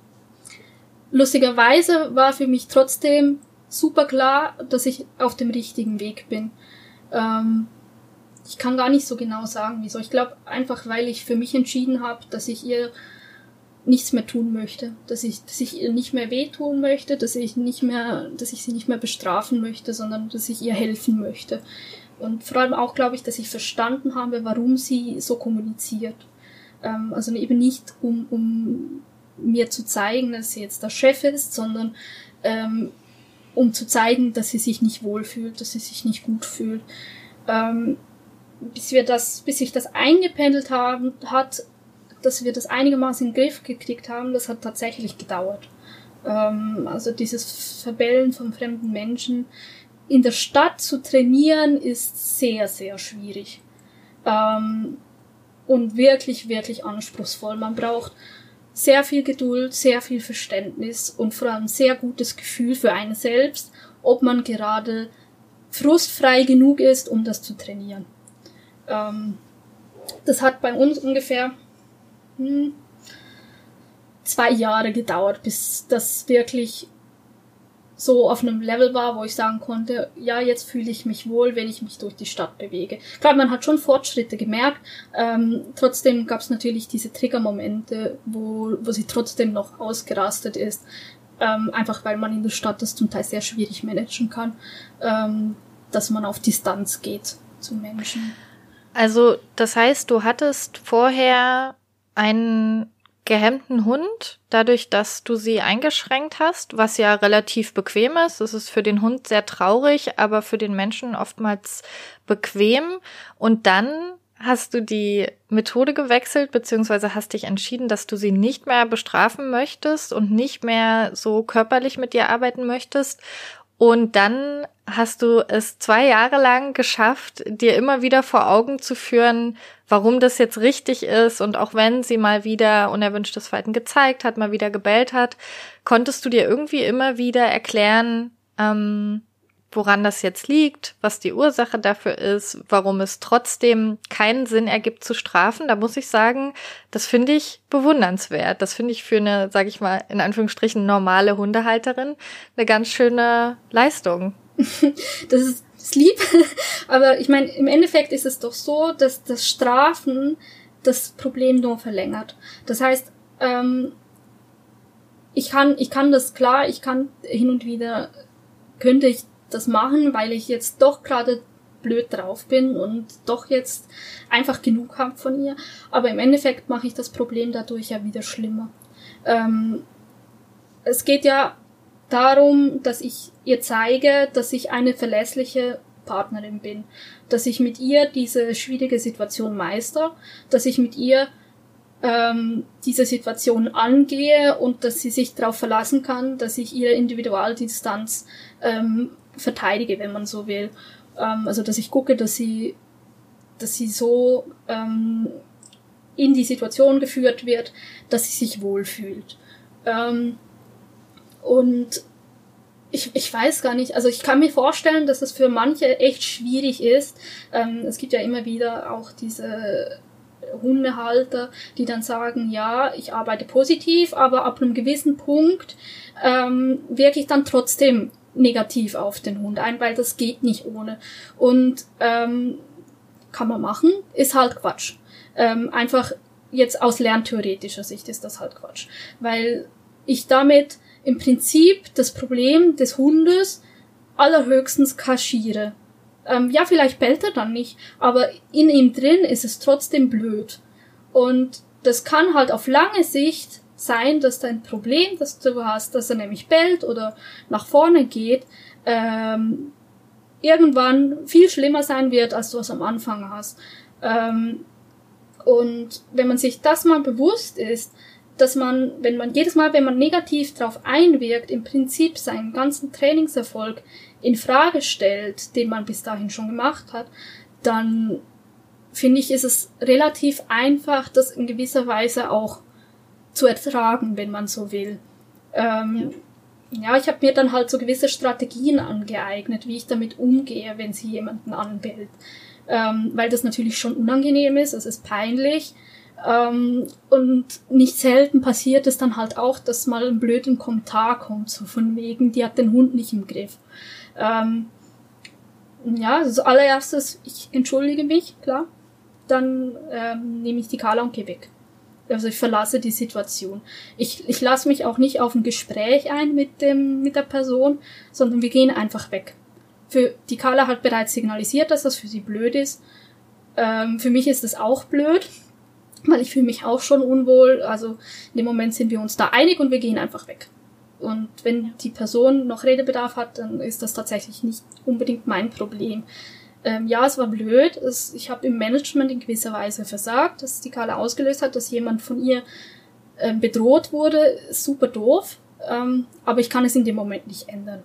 lustigerweise war für mich trotzdem super klar, dass ich auf dem richtigen Weg bin. Ähm, Ich kann gar nicht so genau sagen, wieso. Ich glaube einfach, weil ich für mich entschieden habe, dass ich ihr nichts mehr tun möchte, dass ich, dass ich ihr nicht mehr wehtun möchte, dass ich nicht mehr, dass ich sie nicht mehr bestrafen möchte, sondern dass ich ihr helfen möchte. Und vor allem auch glaube ich, dass ich verstanden habe, warum sie so kommuniziert. Ähm, also eben nicht, um, um mir zu zeigen, dass sie jetzt der Chef ist, sondern ähm, um zu zeigen, dass sie sich nicht wohlfühlt, dass sie sich nicht gut fühlt. Ähm, bis wir das, bis sich das eingependelt haben, hat, dass wir das einigermaßen in den Griff gekriegt haben, das hat tatsächlich gedauert. Ähm, also dieses Verbellen von fremden Menschen in der Stadt zu trainieren, ist sehr, sehr schwierig. Ähm, und wirklich, wirklich anspruchsvoll. Man braucht sehr viel Geduld, sehr viel Verständnis und vor allem sehr gutes Gefühl für einen selbst, ob man gerade frustfrei genug ist, um das zu trainieren. Ähm, das hat bei uns ungefähr hm, zwei Jahre gedauert, bis das wirklich so auf einem Level war, wo ich sagen konnte, ja, jetzt fühle ich mich wohl, wenn ich mich durch die Stadt bewege. Klar, man hat schon Fortschritte gemerkt, ähm, trotzdem gab es natürlich diese Triggermomente, wo, wo sie trotzdem noch ausgerastet ist, ähm, einfach weil man in der Stadt das zum Teil sehr schwierig managen kann, ähm, dass man auf Distanz geht zu Menschen. Also das heißt, du hattest vorher einen gehemmten Hund, dadurch, dass du sie eingeschränkt hast, was ja relativ bequem ist. Das ist für den Hund sehr traurig, aber für den Menschen oftmals bequem. Und dann hast du die Methode gewechselt, beziehungsweise hast dich entschieden, dass du sie nicht mehr bestrafen möchtest und nicht mehr so körperlich mit ihr arbeiten möchtest. Und dann hast du es zwei Jahre lang geschafft, dir immer wieder vor Augen zu führen, warum das jetzt richtig ist. Und auch wenn sie mal wieder unerwünschtes Verhalten gezeigt hat, mal wieder gebellt hat, konntest du dir irgendwie immer wieder erklären, ähm, woran das jetzt liegt, was die Ursache dafür ist, warum es trotzdem keinen Sinn ergibt zu strafen. Da muss ich sagen, das finde ich bewundernswert. Das finde ich für eine, sage ich mal, in Anführungsstrichen normale Hundehalterin eine ganz schöne Leistung. Das ist, das ist lieb, aber ich meine, im Endeffekt ist es doch so, dass das Strafen das Problem nur verlängert. Das heißt, ähm, ich kann, ich kann das klar, ich kann hin und wieder, könnte ich das machen, weil ich jetzt doch gerade blöd drauf bin und doch jetzt einfach genug habe von ihr. Aber im Endeffekt mache ich das Problem dadurch ja wieder schlimmer. Ähm, es geht ja darum, dass ich ihr zeige, dass ich eine verlässliche Partnerin bin, dass ich mit ihr diese schwierige Situation meister, dass ich mit ihr ähm, diese Situation angehe und dass sie sich darauf verlassen kann, dass ich ihre Individualdistanz ähm, verteidige, wenn man so will. Ähm, also, dass ich gucke, dass sie, dass sie so ähm, in die Situation geführt wird, dass sie sich wohlfühlt. Ähm, und ich, ich weiß gar nicht, also ich kann mir vorstellen, dass es für manche echt schwierig ist. Ähm, es gibt ja immer wieder auch diese Hundehalter, die dann sagen, ja, ich arbeite positiv, aber ab einem gewissen Punkt ähm, wirke ich dann trotzdem negativ auf den Hund ein, weil das geht nicht ohne. Und ähm, kann man machen, ist halt Quatsch. Ähm, einfach jetzt aus lerntheoretischer Sicht ist das halt Quatsch. Weil ich damit im Prinzip das Problem des Hundes allerhöchstens kaschiere. Ähm, ja, vielleicht bellt er dann nicht, aber in ihm drin ist es trotzdem blöd. Und das kann halt auf lange Sicht sein, dass dein Problem, das du hast, dass er nämlich bellt oder nach vorne geht, ähm, irgendwann viel schlimmer sein wird, als du es am Anfang hast. Ähm, und wenn man sich das mal bewusst ist, dass man, wenn man jedes Mal, wenn man negativ drauf einwirkt, im Prinzip seinen ganzen Trainingserfolg in Frage stellt, den man bis dahin schon gemacht hat, dann finde ich, ist es relativ einfach, das in gewisser Weise auch zu ertragen, wenn man so will. Ähm, ja. ja, ich habe mir dann halt so gewisse Strategien angeeignet, wie ich damit umgehe, wenn sie jemanden anbellt. Ähm, weil das natürlich schon unangenehm ist, es ist peinlich. Ähm, und nicht selten passiert es dann halt auch, dass mal ein blöder Kommentar kommt, so von wegen, die hat den Hund nicht im Griff. Ähm, ja, also allererstes, ich entschuldige mich, klar. Dann ähm, nehme ich die Kala und gehe weg. Also ich verlasse die Situation. Ich, ich lasse mich auch nicht auf ein Gespräch ein mit dem, mit der Person, sondern wir gehen einfach weg. Für die Kala hat bereits signalisiert, dass das für sie blöd ist. Ähm, für mich ist es auch blöd, weil ich fühle mich auch schon unwohl. Also in dem Moment sind wir uns da einig und wir gehen einfach weg. Und wenn die Person noch Redebedarf hat, dann ist das tatsächlich nicht unbedingt mein Problem. Ähm, ja, es war blöd. Es, ich habe im Management in gewisser Weise versagt, dass die Kala ausgelöst hat, dass jemand von ihr ähm, bedroht wurde. Super doof. Ähm, aber ich kann es in dem Moment nicht ändern.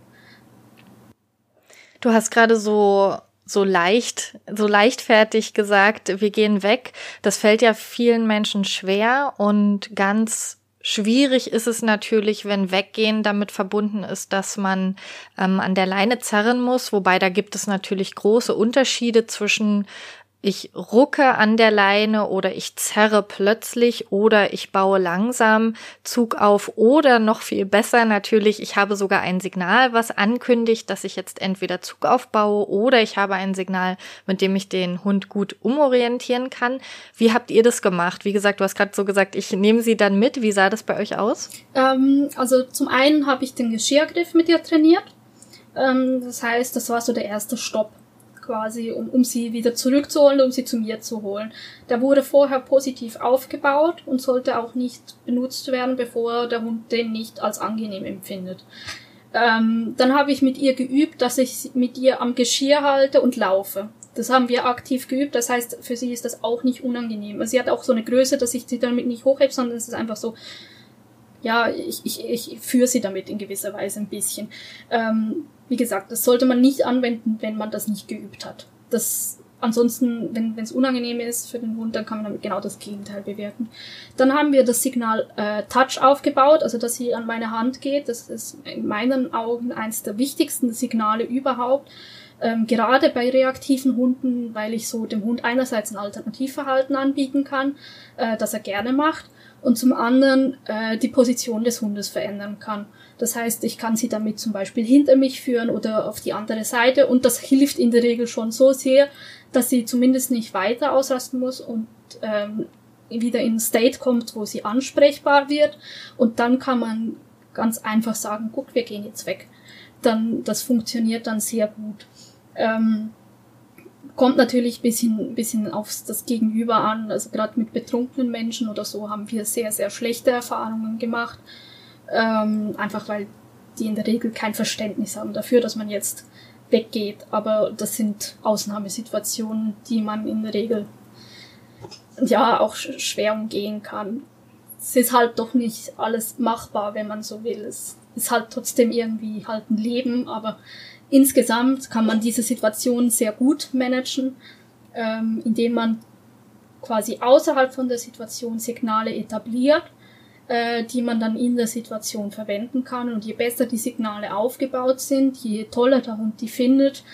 Du hast gerade so so leicht, so leichtfertig gesagt, wir gehen weg. Das fällt ja vielen Menschen schwer und ganz schwierig ist es natürlich, wenn Weggehen damit verbunden ist, dass man ähm, an der Leine zerren muss, wobei da gibt es natürlich große Unterschiede zwischen ich rucke an der Leine oder ich zerre plötzlich oder ich baue langsam Zug auf oder noch viel besser natürlich, ich habe sogar ein Signal, was ankündigt, dass ich jetzt entweder Zug aufbaue oder ich habe ein Signal, mit dem ich den Hund gut umorientieren kann. Wie habt ihr das gemacht? Wie gesagt, du hast gerade so gesagt, ich nehme sie dann mit. Wie sah das bei euch aus? Ähm, also zum einen habe ich den Geschirrgriff mit ihr trainiert. Ähm, das heißt, das war so der erste Stopp. Quasi, um, um sie wieder zurückzuholen, um sie zu mir zu holen. Der wurde vorher positiv aufgebaut und sollte auch nicht benutzt werden, bevor der Hund den nicht als angenehm empfindet. Ähm, dann habe ich mit ihr geübt, dass ich mit ihr am Geschirr halte und laufe. Das haben wir aktiv geübt, das heißt, für sie ist das auch nicht unangenehm. Also sie hat auch so eine Größe, dass ich sie damit nicht hochhebe, sondern es ist einfach so, ja, ich, ich, ich führe sie damit in gewisser Weise ein bisschen. Ähm, wie gesagt, das sollte man nicht anwenden, wenn man das nicht geübt hat. Das Ansonsten, wenn es unangenehm ist für den Hund, dann kann man damit genau das Gegenteil bewirken. Dann haben wir das Signal äh, Touch aufgebaut, also dass sie an meine Hand geht. Das ist in meinen Augen eines der wichtigsten Signale überhaupt. Ähm, gerade bei reaktiven Hunden, weil ich so dem Hund einerseits ein Alternativverhalten anbieten kann, äh, das er gerne macht, und zum anderen äh, die Position des Hundes verändern kann. Das heißt, ich kann sie damit zum Beispiel hinter mich führen oder auf die andere Seite, und das hilft in der Regel schon so sehr, dass sie zumindest nicht weiter ausrasten muss und ähm, wieder in ein State kommt, wo sie ansprechbar wird, und dann kann man ganz einfach sagen, guck, wir gehen jetzt weg. Dann, das funktioniert dann sehr gut. Ähm, kommt natürlich ein bisschen, bisschen auf das Gegenüber an, also gerade mit betrunkenen Menschen oder so haben wir sehr, sehr schlechte Erfahrungen gemacht, ähm, einfach weil die in der Regel kein Verständnis haben dafür, dass man jetzt weggeht, aber das sind Ausnahmesituationen, die man in der Regel ja auch sch- schwer umgehen kann. Es ist halt doch nicht alles machbar, wenn man so will. Es ist halt trotzdem irgendwie halt ein Leben, aber insgesamt kann man diese Situation sehr gut managen, ähm, indem man quasi außerhalb von der Situation Signale etabliert, äh, die man dann in der Situation verwenden kann. Und je besser die Signale aufgebaut sind, je toller der Hund die findet,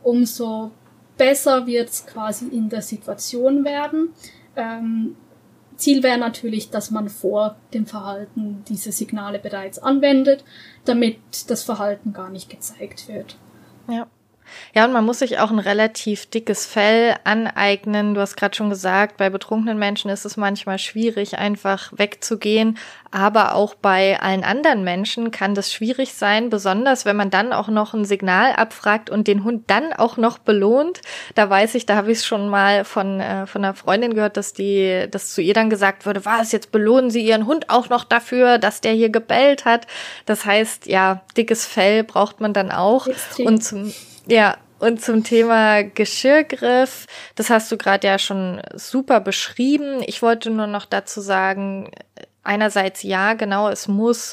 umso besser wird es quasi in der Situation werden. Ähm, Ziel wäre natürlich, dass man vor dem Verhalten diese Signale bereits anwendet, damit das Verhalten gar nicht gezeigt wird. Ja. Ja, und man muss sich auch ein relativ dickes Fell aneignen. Du hast gerade schon gesagt, bei betrunkenen Menschen ist es manchmal schwierig, einfach wegzugehen. Aber auch bei allen anderen Menschen kann das schwierig sein, besonders wenn man dann auch noch ein Signal abfragt und den Hund dann auch noch belohnt. Da weiß ich, da habe ich es schon mal von äh, von einer Freundin gehört, dass die, dass zu ihr dann gesagt wurde, was, jetzt belohnen Sie Ihren Hund auch noch dafür, dass der hier gebellt hat. Das heißt, ja, dickes Fell braucht man dann auch. Extrem. Und zum Ja, und zum Thema Geschirrgriff, das hast du gerade ja schon super beschrieben. Ich wollte nur noch dazu sagen, einerseits ja, genau, es muss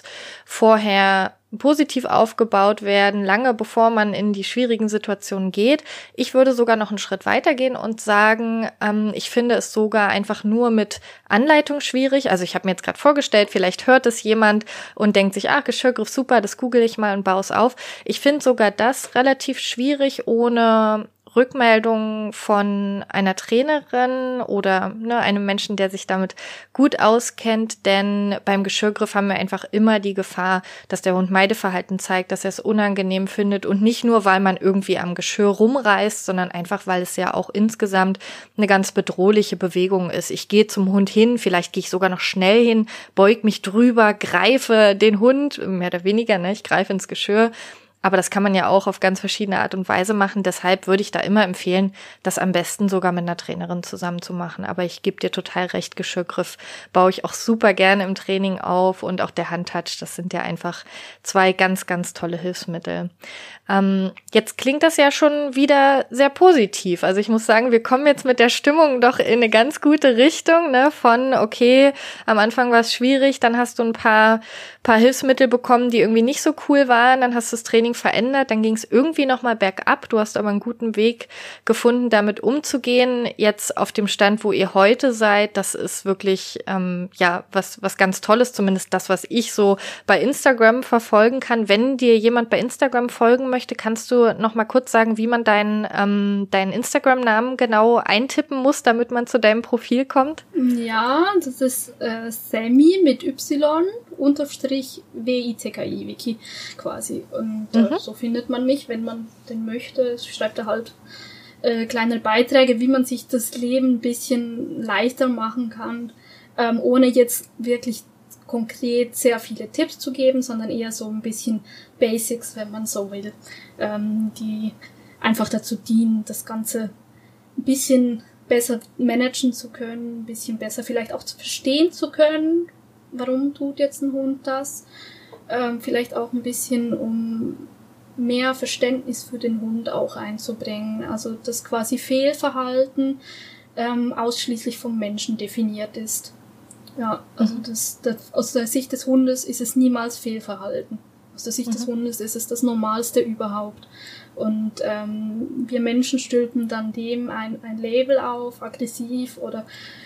vorher positiv aufgebaut werden, lange bevor man in die schwierigen Situationen geht. Ich würde sogar noch einen Schritt weitergehen und sagen, ähm, ich finde es sogar einfach nur mit Anleitung schwierig. Also ich habe mir jetzt gerade vorgestellt, vielleicht hört es jemand und denkt sich, ah, Geschirrgriff super, das google ich mal und baue es auf. Ich finde sogar das relativ schwierig ohne Rückmeldungen von einer Trainerin oder ne, einem Menschen, der sich damit gut auskennt, denn beim Geschirrgriff haben wir einfach immer die Gefahr, dass der Hund Meideverhalten zeigt, dass er es unangenehm findet, und nicht nur, weil man irgendwie am Geschirr rumreißt, sondern einfach, weil es ja auch insgesamt eine ganz bedrohliche Bewegung ist. Ich gehe zum Hund hin, vielleicht gehe ich sogar noch schnell hin, beug mich drüber, greife den Hund, mehr oder weniger, ne, ich greife ins Geschirr. Aber das kann man ja auch auf ganz verschiedene Art und Weise machen. Deshalb würde ich da immer empfehlen, das am besten sogar mit einer Trainerin zusammen zu machen. Aber ich gebe dir total recht, Geschirrgriff baue ich auch super gerne im Training auf, und auch der Handtouch, das sind ja einfach zwei ganz, ganz tolle Hilfsmittel. Ähm, jetzt klingt das ja schon wieder sehr positiv. Also ich muss sagen, wir kommen jetzt mit der Stimmung doch in eine ganz gute Richtung, ne? Von, okay, am Anfang war es schwierig, dann hast du ein paar, paar Hilfsmittel bekommen, die irgendwie nicht so cool waren, dann hast du das Training verändert, dann ging es irgendwie nochmal bergab, du hast aber einen guten Weg gefunden, damit umzugehen. Jetzt auf dem Stand, wo ihr heute seid, das ist wirklich ähm, ja was was ganz Tolles, zumindest das, was ich so bei Instagram verfolgen kann. Wenn dir jemand bei Instagram folgen möchte, kannst du nochmal kurz sagen, wie man deinen ähm, deinen Instagram-Namen genau eintippen muss, damit man zu deinem Profil kommt? Ja, das ist äh, Sammy mit Y unterstrich W I C K I, Wiki quasi. Und äh, mhm. so findet man mich, wenn man denn möchte. Ich schreibe da halt äh, kleine Beiträge, wie man sich das Leben ein bisschen leichter machen kann, ähm, ohne jetzt wirklich konkret sehr viele Tipps zu geben, sondern eher so ein bisschen Basics, wenn man so will, ähm, die einfach dazu dienen, das Ganze ein bisschen besser managen zu können, ein bisschen besser vielleicht auch zu verstehen zu können, warum tut jetzt ein Hund das, ähm, vielleicht auch ein bisschen, um mehr Verständnis für den Hund auch einzubringen, also dass quasi Fehlverhalten ähm, ausschließlich vom Menschen definiert ist. Ja, also das, das, aus der Sicht des Hundes ist es niemals Fehlverhalten. Aus der Sicht mhm. des Hundes ist es das Normalste überhaupt. Und ähm, wir Menschen stülpen dann dem ein, ein Label auf, aggressiv oder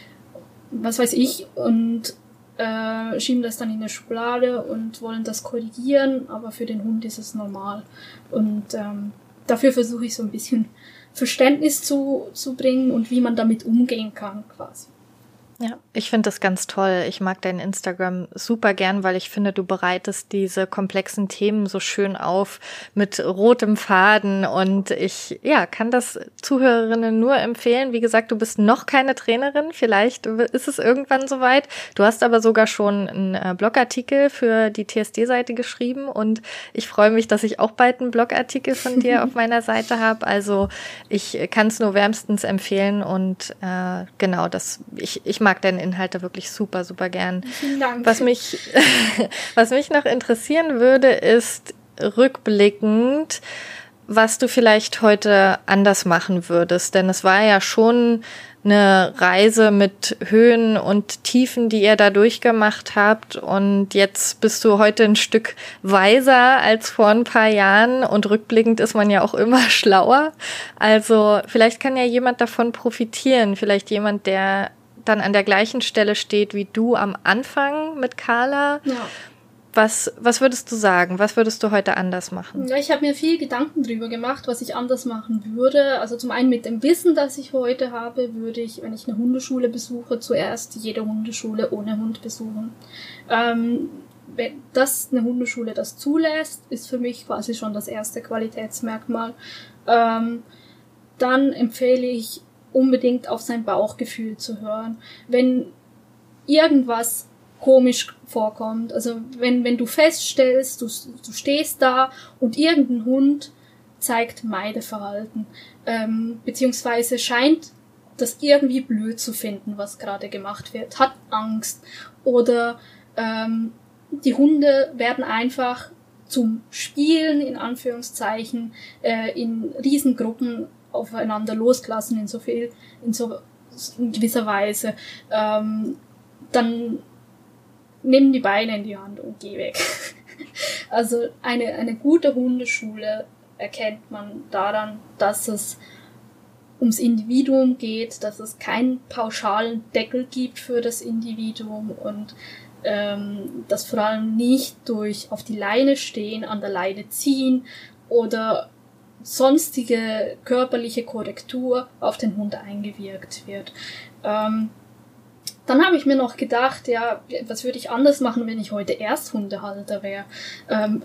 was weiß ich, und äh, schieben das dann in eine Schublade und wollen das korrigieren, aber für den Hund ist es normal. Und ähm, dafür versuche ich so ein bisschen Verständnis zu, zu bringen und wie man damit umgehen kann quasi. Ja, ich finde das ganz toll. Ich mag dein Instagram super gern, weil ich finde, du bereitest diese komplexen Themen so schön auf mit rotem Faden und ich, ja, kann das Zuhörerinnen nur empfehlen. Wie gesagt, du bist noch keine Trainerin. Vielleicht ist es irgendwann soweit. Du hast aber sogar schon einen Blogartikel für die T S D-Seite geschrieben und ich freue mich, dass ich auch bald einen Blogartikel von dir auf meiner Seite habe. Also ich kann es nur wärmstens empfehlen und äh, genau, das, ich, ich mag deine Inhalte wirklich super, super gern. Vielen Dank. Was mich, was mich noch interessieren würde, ist rückblickend, was du vielleicht heute anders machen würdest. Denn es war ja schon eine Reise mit Höhen und Tiefen, die ihr da durchgemacht habt. Und jetzt bist du heute ein Stück weiser als vor ein paar Jahren. Und rückblickend ist man ja auch immer schlauer. Also vielleicht kann ja jemand davon profitieren. Vielleicht jemand, der dann an der gleichen Stelle steht wie du am Anfang mit Carla. Ja. Was, was würdest du sagen? Was würdest du heute anders machen? Ja, ich habe mir viel Gedanken drüber gemacht, was ich anders machen würde. Also zum einen mit dem Wissen, das ich heute habe, würde ich, wenn ich eine Hundeschule besuche, zuerst jede Hundeschule ohne Hund besuchen. Ähm, wenn das eine Hundeschule das zulässt, ist für mich quasi schon das erste Qualitätsmerkmal. Ähm, dann empfehle ich unbedingt auf sein Bauchgefühl zu hören. Wenn irgendwas komisch vorkommt, also wenn, wenn du feststellst, du, du stehst da und irgendein Hund zeigt Meideverhalten, ähm, beziehungsweise scheint das irgendwie blöd zu finden, was gerade gemacht wird, hat Angst oder ähm, die Hunde werden einfach zum Spielen, in Anführungszeichen, äh, in Riesengruppen aufeinander losgelassen in so viel, in so in gewisser Weise, ähm, dann nimm die Beine in die Hand und geh weg. Also eine, eine gute Hundeschule erkennt man daran, dass es ums Individuum geht, dass es keinen pauschalen Deckel gibt für das Individuum und ähm, dass vor allem nicht durch auf die Leine stehen, an der Leine ziehen oder sonstige körperliche Korrektur auf den Hund eingewirkt wird. Ähm, dann habe ich mir noch gedacht, ja, was würde ich anders machen, wenn ich heute Ersthundehalter wäre? Ähm,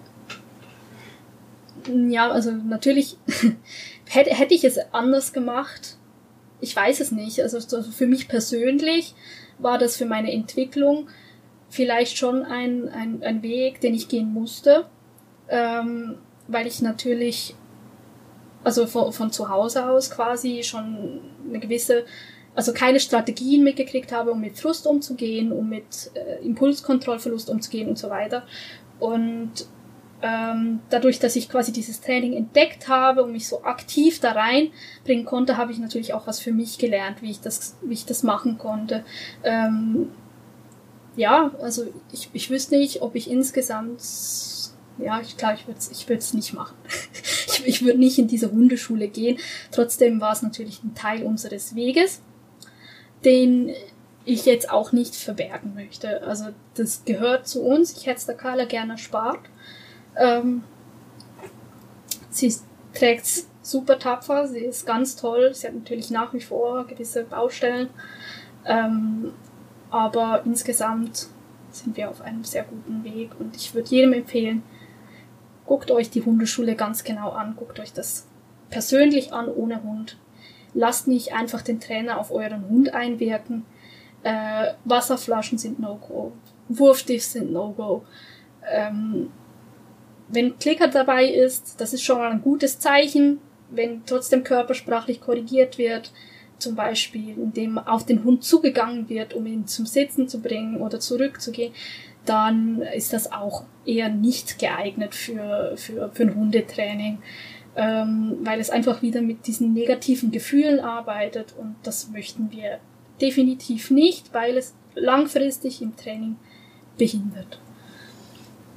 ja, also natürlich hätte, hätte ich es anders gemacht. Ich weiß es nicht. Also für mich persönlich war das für meine Entwicklung vielleicht schon ein, ein, ein Weg, den ich gehen musste, ähm, weil ich natürlich also von, von zu Hause aus quasi schon eine gewisse, also keine Strategien mitgekriegt habe, um mit Frust umzugehen, um mit äh, Impulskontrollverlust umzugehen und so weiter. Und ähm, dadurch, dass ich quasi dieses Training entdeckt habe und mich so aktiv da reinbringen konnte, habe ich natürlich auch was für mich gelernt, wie ich das, wie ich das machen konnte. Ähm, ja, also ich, ich wüsste nicht, ob ich insgesamt, ja, ich, klar, ich würde es ich würd's nicht machen. ich ich würde nicht in diese Hundeschule gehen. Trotzdem war es natürlich ein Teil unseres Weges, den ich jetzt auch nicht verbergen möchte. Also das gehört zu uns. Ich hätte es der Carla gerne erspart. Ähm, sie trägt's super tapfer, sie ist ganz toll. Sie hat natürlich nach wie vor gewisse Baustellen. Ähm, aber insgesamt sind wir auf einem sehr guten Weg und ich würde jedem empfehlen, guckt euch die Hundeschule ganz genau an, guckt euch das persönlich an, ohne Hund. Lasst nicht einfach den Trainer auf euren Hund einwirken. Äh, Wasserflaschen sind No-Go. Wurfstift sind No-Go. Ähm, wenn Klicker dabei ist, das ist schon mal ein gutes Zeichen. Wenn trotzdem körpersprachlich korrigiert wird, zum Beispiel indem auf den Hund zugegangen wird, um ihn zum Sitzen zu bringen oder zurückzugehen, dann ist das auch eher nicht geeignet für, für, für ein Hundetraining, ähm, weil es einfach wieder mit diesen negativen Gefühlen arbeitet und das möchten wir definitiv nicht, weil es langfristig im Training behindert.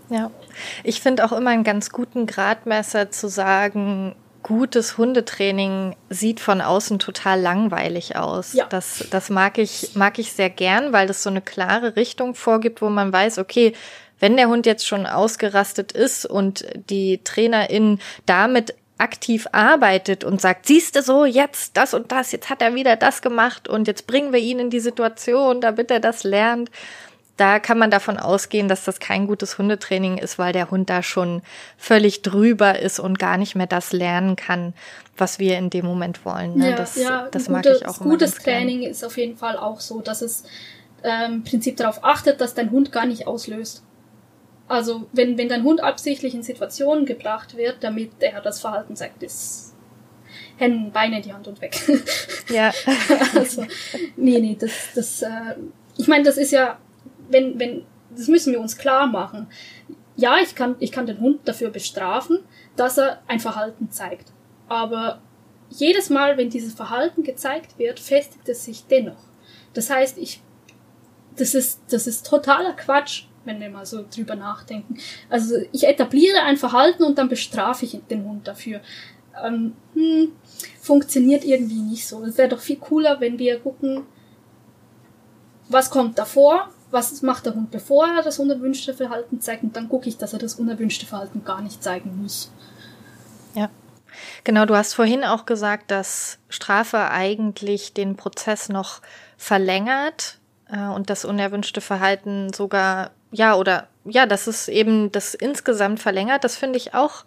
Ja, ich finde auch immer einen ganz guten Gradmesser zu sagen, gutes Hundetraining sieht von außen total langweilig aus. Ja. Das, das mag ich, mag ich sehr gern, weil das so eine klare Richtung vorgibt, wo man weiß, okay, wenn der Hund jetzt schon ausgerastet ist und die Trainerin damit aktiv arbeitet und sagt, siehst du so, jetzt das und das, jetzt hat er wieder das gemacht und jetzt bringen wir ihn in die Situation, damit er das lernt. Da kann man davon ausgehen, dass das kein gutes Hundetraining ist, weil der Hund da schon völlig drüber ist und gar nicht mehr das lernen kann, was wir in dem Moment wollen. Ne? Ja, das ja, das ein mag gutes, ich auch immer gutes ganz gern. Training ist auf jeden Fall auch so, dass es ähm, im Prinzip darauf achtet, dass dein Hund gar nicht auslöst. Also wenn, wenn dein Hund absichtlich in Situationen gebracht wird, damit er das Verhalten zeigt, ist Hände, Beine in die Hand und weg. Ja. Also, nee, nee, das, das, äh, ich meine, das ist ja, wenn, wenn, das müssen wir uns klar machen. Ja, ich kann, ich kann den Hund dafür bestrafen, dass er ein Verhalten zeigt. Aber jedes Mal, wenn dieses Verhalten gezeigt wird, festigt es sich dennoch. Das heißt, ich, das ist, das ist totaler Quatsch, wenn wir mal so drüber nachdenken. Also, ich etabliere ein Verhalten und dann bestrafe ich den Hund dafür. Ähm, hm, funktioniert irgendwie nicht so. Es wäre doch viel cooler, wenn wir gucken, was kommt davor, was macht der Hund, bevor er das unerwünschte Verhalten zeigt, und dann gucke ich, dass er das unerwünschte Verhalten gar nicht zeigen muss. Ja, genau. Du hast vorhin auch gesagt, dass Strafe eigentlich den Prozess noch verlängert äh, und das unerwünschte Verhalten sogar, ja, oder ja, dass es eben das insgesamt verlängert. Das finde ich auch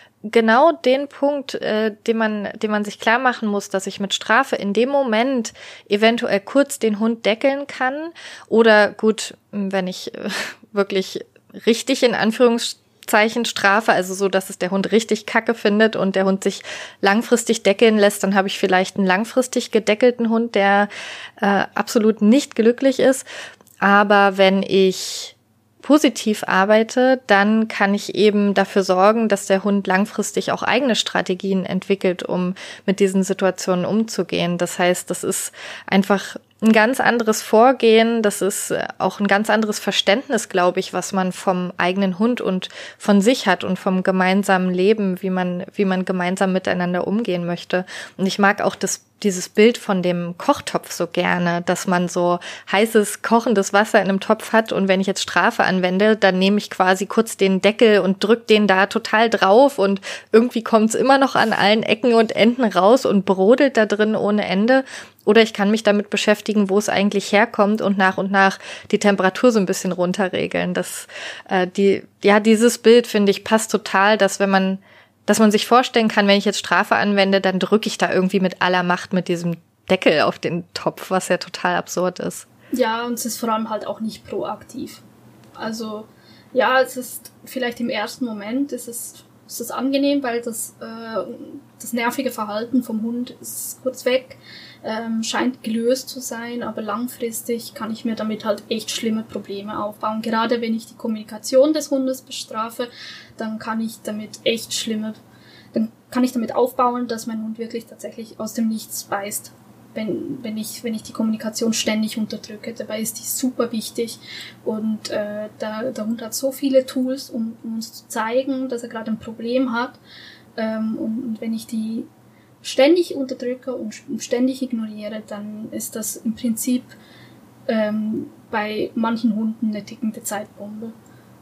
genau den Punkt, äh, den man, den man sich klar machen muss, dass ich mit Strafe in dem Moment eventuell kurz den Hund deckeln kann oder gut, wenn ich äh, wirklich richtig in Anführungszeichen strafe, also so, dass es der Hund richtig kacke findet und der Hund sich langfristig deckeln lässt, dann habe ich vielleicht einen langfristig gedeckelten Hund, der äh, absolut nicht glücklich ist. Aber wenn ich positiv arbeite, dann kann ich eben dafür sorgen, dass der Hund langfristig auch eigene Strategien entwickelt, um mit diesen Situationen umzugehen. Das heißt, das ist einfach ein ganz anderes Vorgehen, das ist auch ein ganz anderes Verständnis, glaube ich, was man vom eigenen Hund und von sich hat und vom gemeinsamen Leben, wie man, wie man gemeinsam miteinander umgehen möchte. Und ich mag auch das dieses Bild von dem Kochtopf so gerne, dass man so heißes, kochendes Wasser in einem Topf hat und wenn ich jetzt Strafe anwende, dann nehme ich quasi kurz den Deckel und drück den da total drauf und irgendwie kommt es immer noch an allen Ecken und Enden raus und brodelt da drin ohne Ende. Oder ich kann mich damit beschäftigen, wo es eigentlich herkommt und nach und nach die Temperatur so ein bisschen runterregeln. Das, äh, die, ja, dieses Bild, finde ich, passt total, dass wenn man dass man sich vorstellen kann, wenn ich jetzt Strafe anwende, dann drücke ich da irgendwie mit aller Macht mit diesem Deckel auf den Topf, was ja total absurd ist. Ja, und es ist vor allem halt auch nicht proaktiv. Also, ja, es ist vielleicht im ersten Moment ist es, ist es angenehm, weil das, äh, das nervige Verhalten vom Hund ist kurz weg, ähm, scheint gelöst zu sein, aber langfristig kann ich mir damit halt echt schlimme Probleme aufbauen. Gerade wenn ich die Kommunikation des Hundes bestrafe, dann kann ich damit echt schlimme, dann kann ich damit aufbauen, dass mein Hund wirklich tatsächlich aus dem Nichts beißt. Wenn, wenn ich, wenn ich die Kommunikation ständig unterdrücke, dabei ist die super wichtig und äh, der, der Hund hat so viele Tools, um, um uns zu zeigen, dass er gerade ein Problem hat, ähm, und, und wenn ich die ständig unterdrücke und ständig ignoriere, dann ist das im Prinzip ähm, bei manchen Hunden eine tickende Zeitbombe.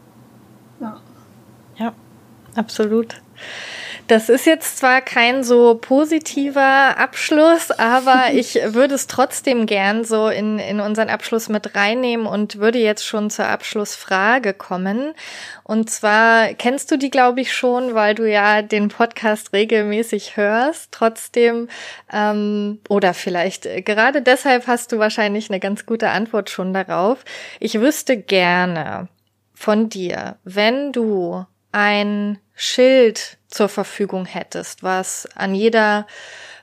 Ja. Ja, absolut. Das ist jetzt zwar kein so positiver Abschluss, aber ich würde es trotzdem gern so in, in unseren Abschluss mit reinnehmen und würde jetzt schon zur Abschlussfrage kommen. Und zwar kennst du die, glaube ich, schon, weil du ja den Podcast regelmäßig hörst. Trotzdem, ähm, oder vielleicht gerade deshalb hast du wahrscheinlich eine ganz gute Antwort schon darauf. Ich wüsste gerne von dir, wenn du ein Schild zur Verfügung hättest, was an jeder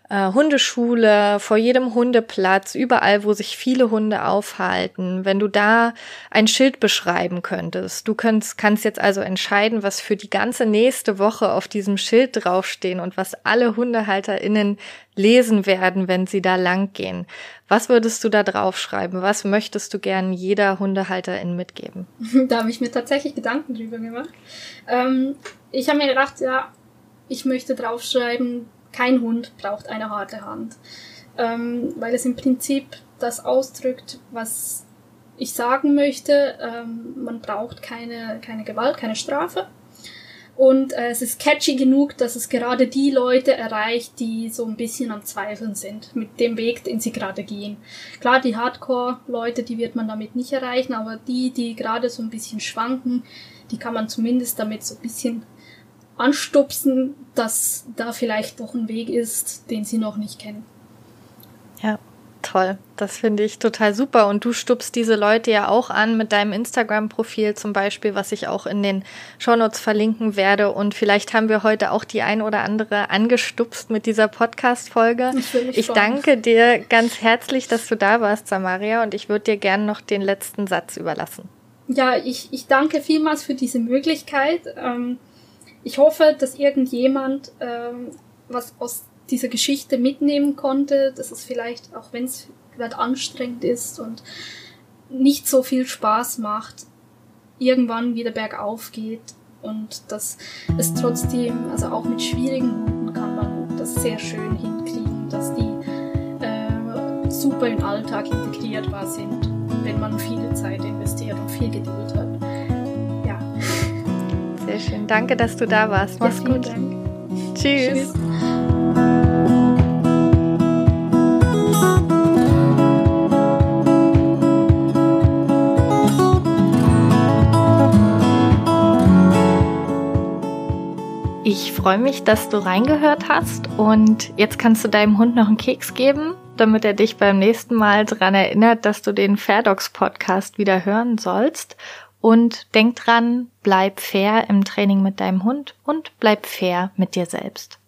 äh, Hundeschule, vor jedem Hundeplatz, überall, wo sich viele Hunde aufhalten, wenn du da ein Schild beschreiben könntest. Du kannst, kannst jetzt also entscheiden, was für die ganze nächste Woche auf diesem Schild draufstehen und was alle HundehalterInnen lesen werden, wenn sie da lang gehen. Was würdest du da draufschreiben? Was möchtest du gern jeder Hundehalterin mitgeben? Da habe ich mir tatsächlich Gedanken drüber gemacht. Ähm, ich habe mir gedacht, ja, ich möchte draufschreiben, kein Hund braucht eine harte Hand. Ähm, weil es im Prinzip das ausdrückt, was ich sagen möchte. Ähm, man braucht keine, keine Gewalt, keine Strafe. Und äh, es ist catchy genug, dass es gerade die Leute erreicht, die so ein bisschen am Zweifeln sind mit dem Weg, den sie gerade gehen. Klar, die Hardcore-Leute, die wird man damit nicht erreichen, aber die, die gerade so ein bisschen schwanken, die kann man zumindest damit so ein bisschen anstupsen, dass da vielleicht doch ein Weg ist, den sie noch nicht kennen. Ja, toll. Das finde ich total super. Und du stupst diese Leute ja auch an mit deinem Instagram-Profil zum Beispiel, was ich auch in den Shownotes verlinken werde. Und vielleicht haben wir heute auch die ein oder andere angestupst mit dieser Podcast-Folge. Ich, ich danke dir ganz herzlich, dass du da warst, Samaria. Und ich würde dir gerne noch den letzten Satz überlassen. Ja, ich, ich danke vielmals für diese Möglichkeit. Ähm, ich hoffe, dass irgendjemand ähm, was aus dieser Geschichte mitnehmen konnte, dass es vielleicht, auch wenn es gerade anstrengend ist und nicht so viel Spaß macht, irgendwann wieder bergauf geht und dass es trotzdem, also auch mit schwierigen Hunden kann man das sehr schön hinkriegen, dass die äh, super im Alltag integrierbar sind, wenn man viel Zeit investiert und viel Geduld hat. Ja. Sehr schön. Danke, dass du da warst. Mach's ja, gut. Dank. Tschüss. Tschüss. Ich freue mich, dass du reingehört hast und jetzt kannst du deinem Hund noch einen Keks geben, damit er dich beim nächsten Mal daran erinnert, dass du den Fair Dogs Podcast wieder hören sollst. Und denk dran, bleib fair im Training mit deinem Hund und bleib fair mit dir selbst.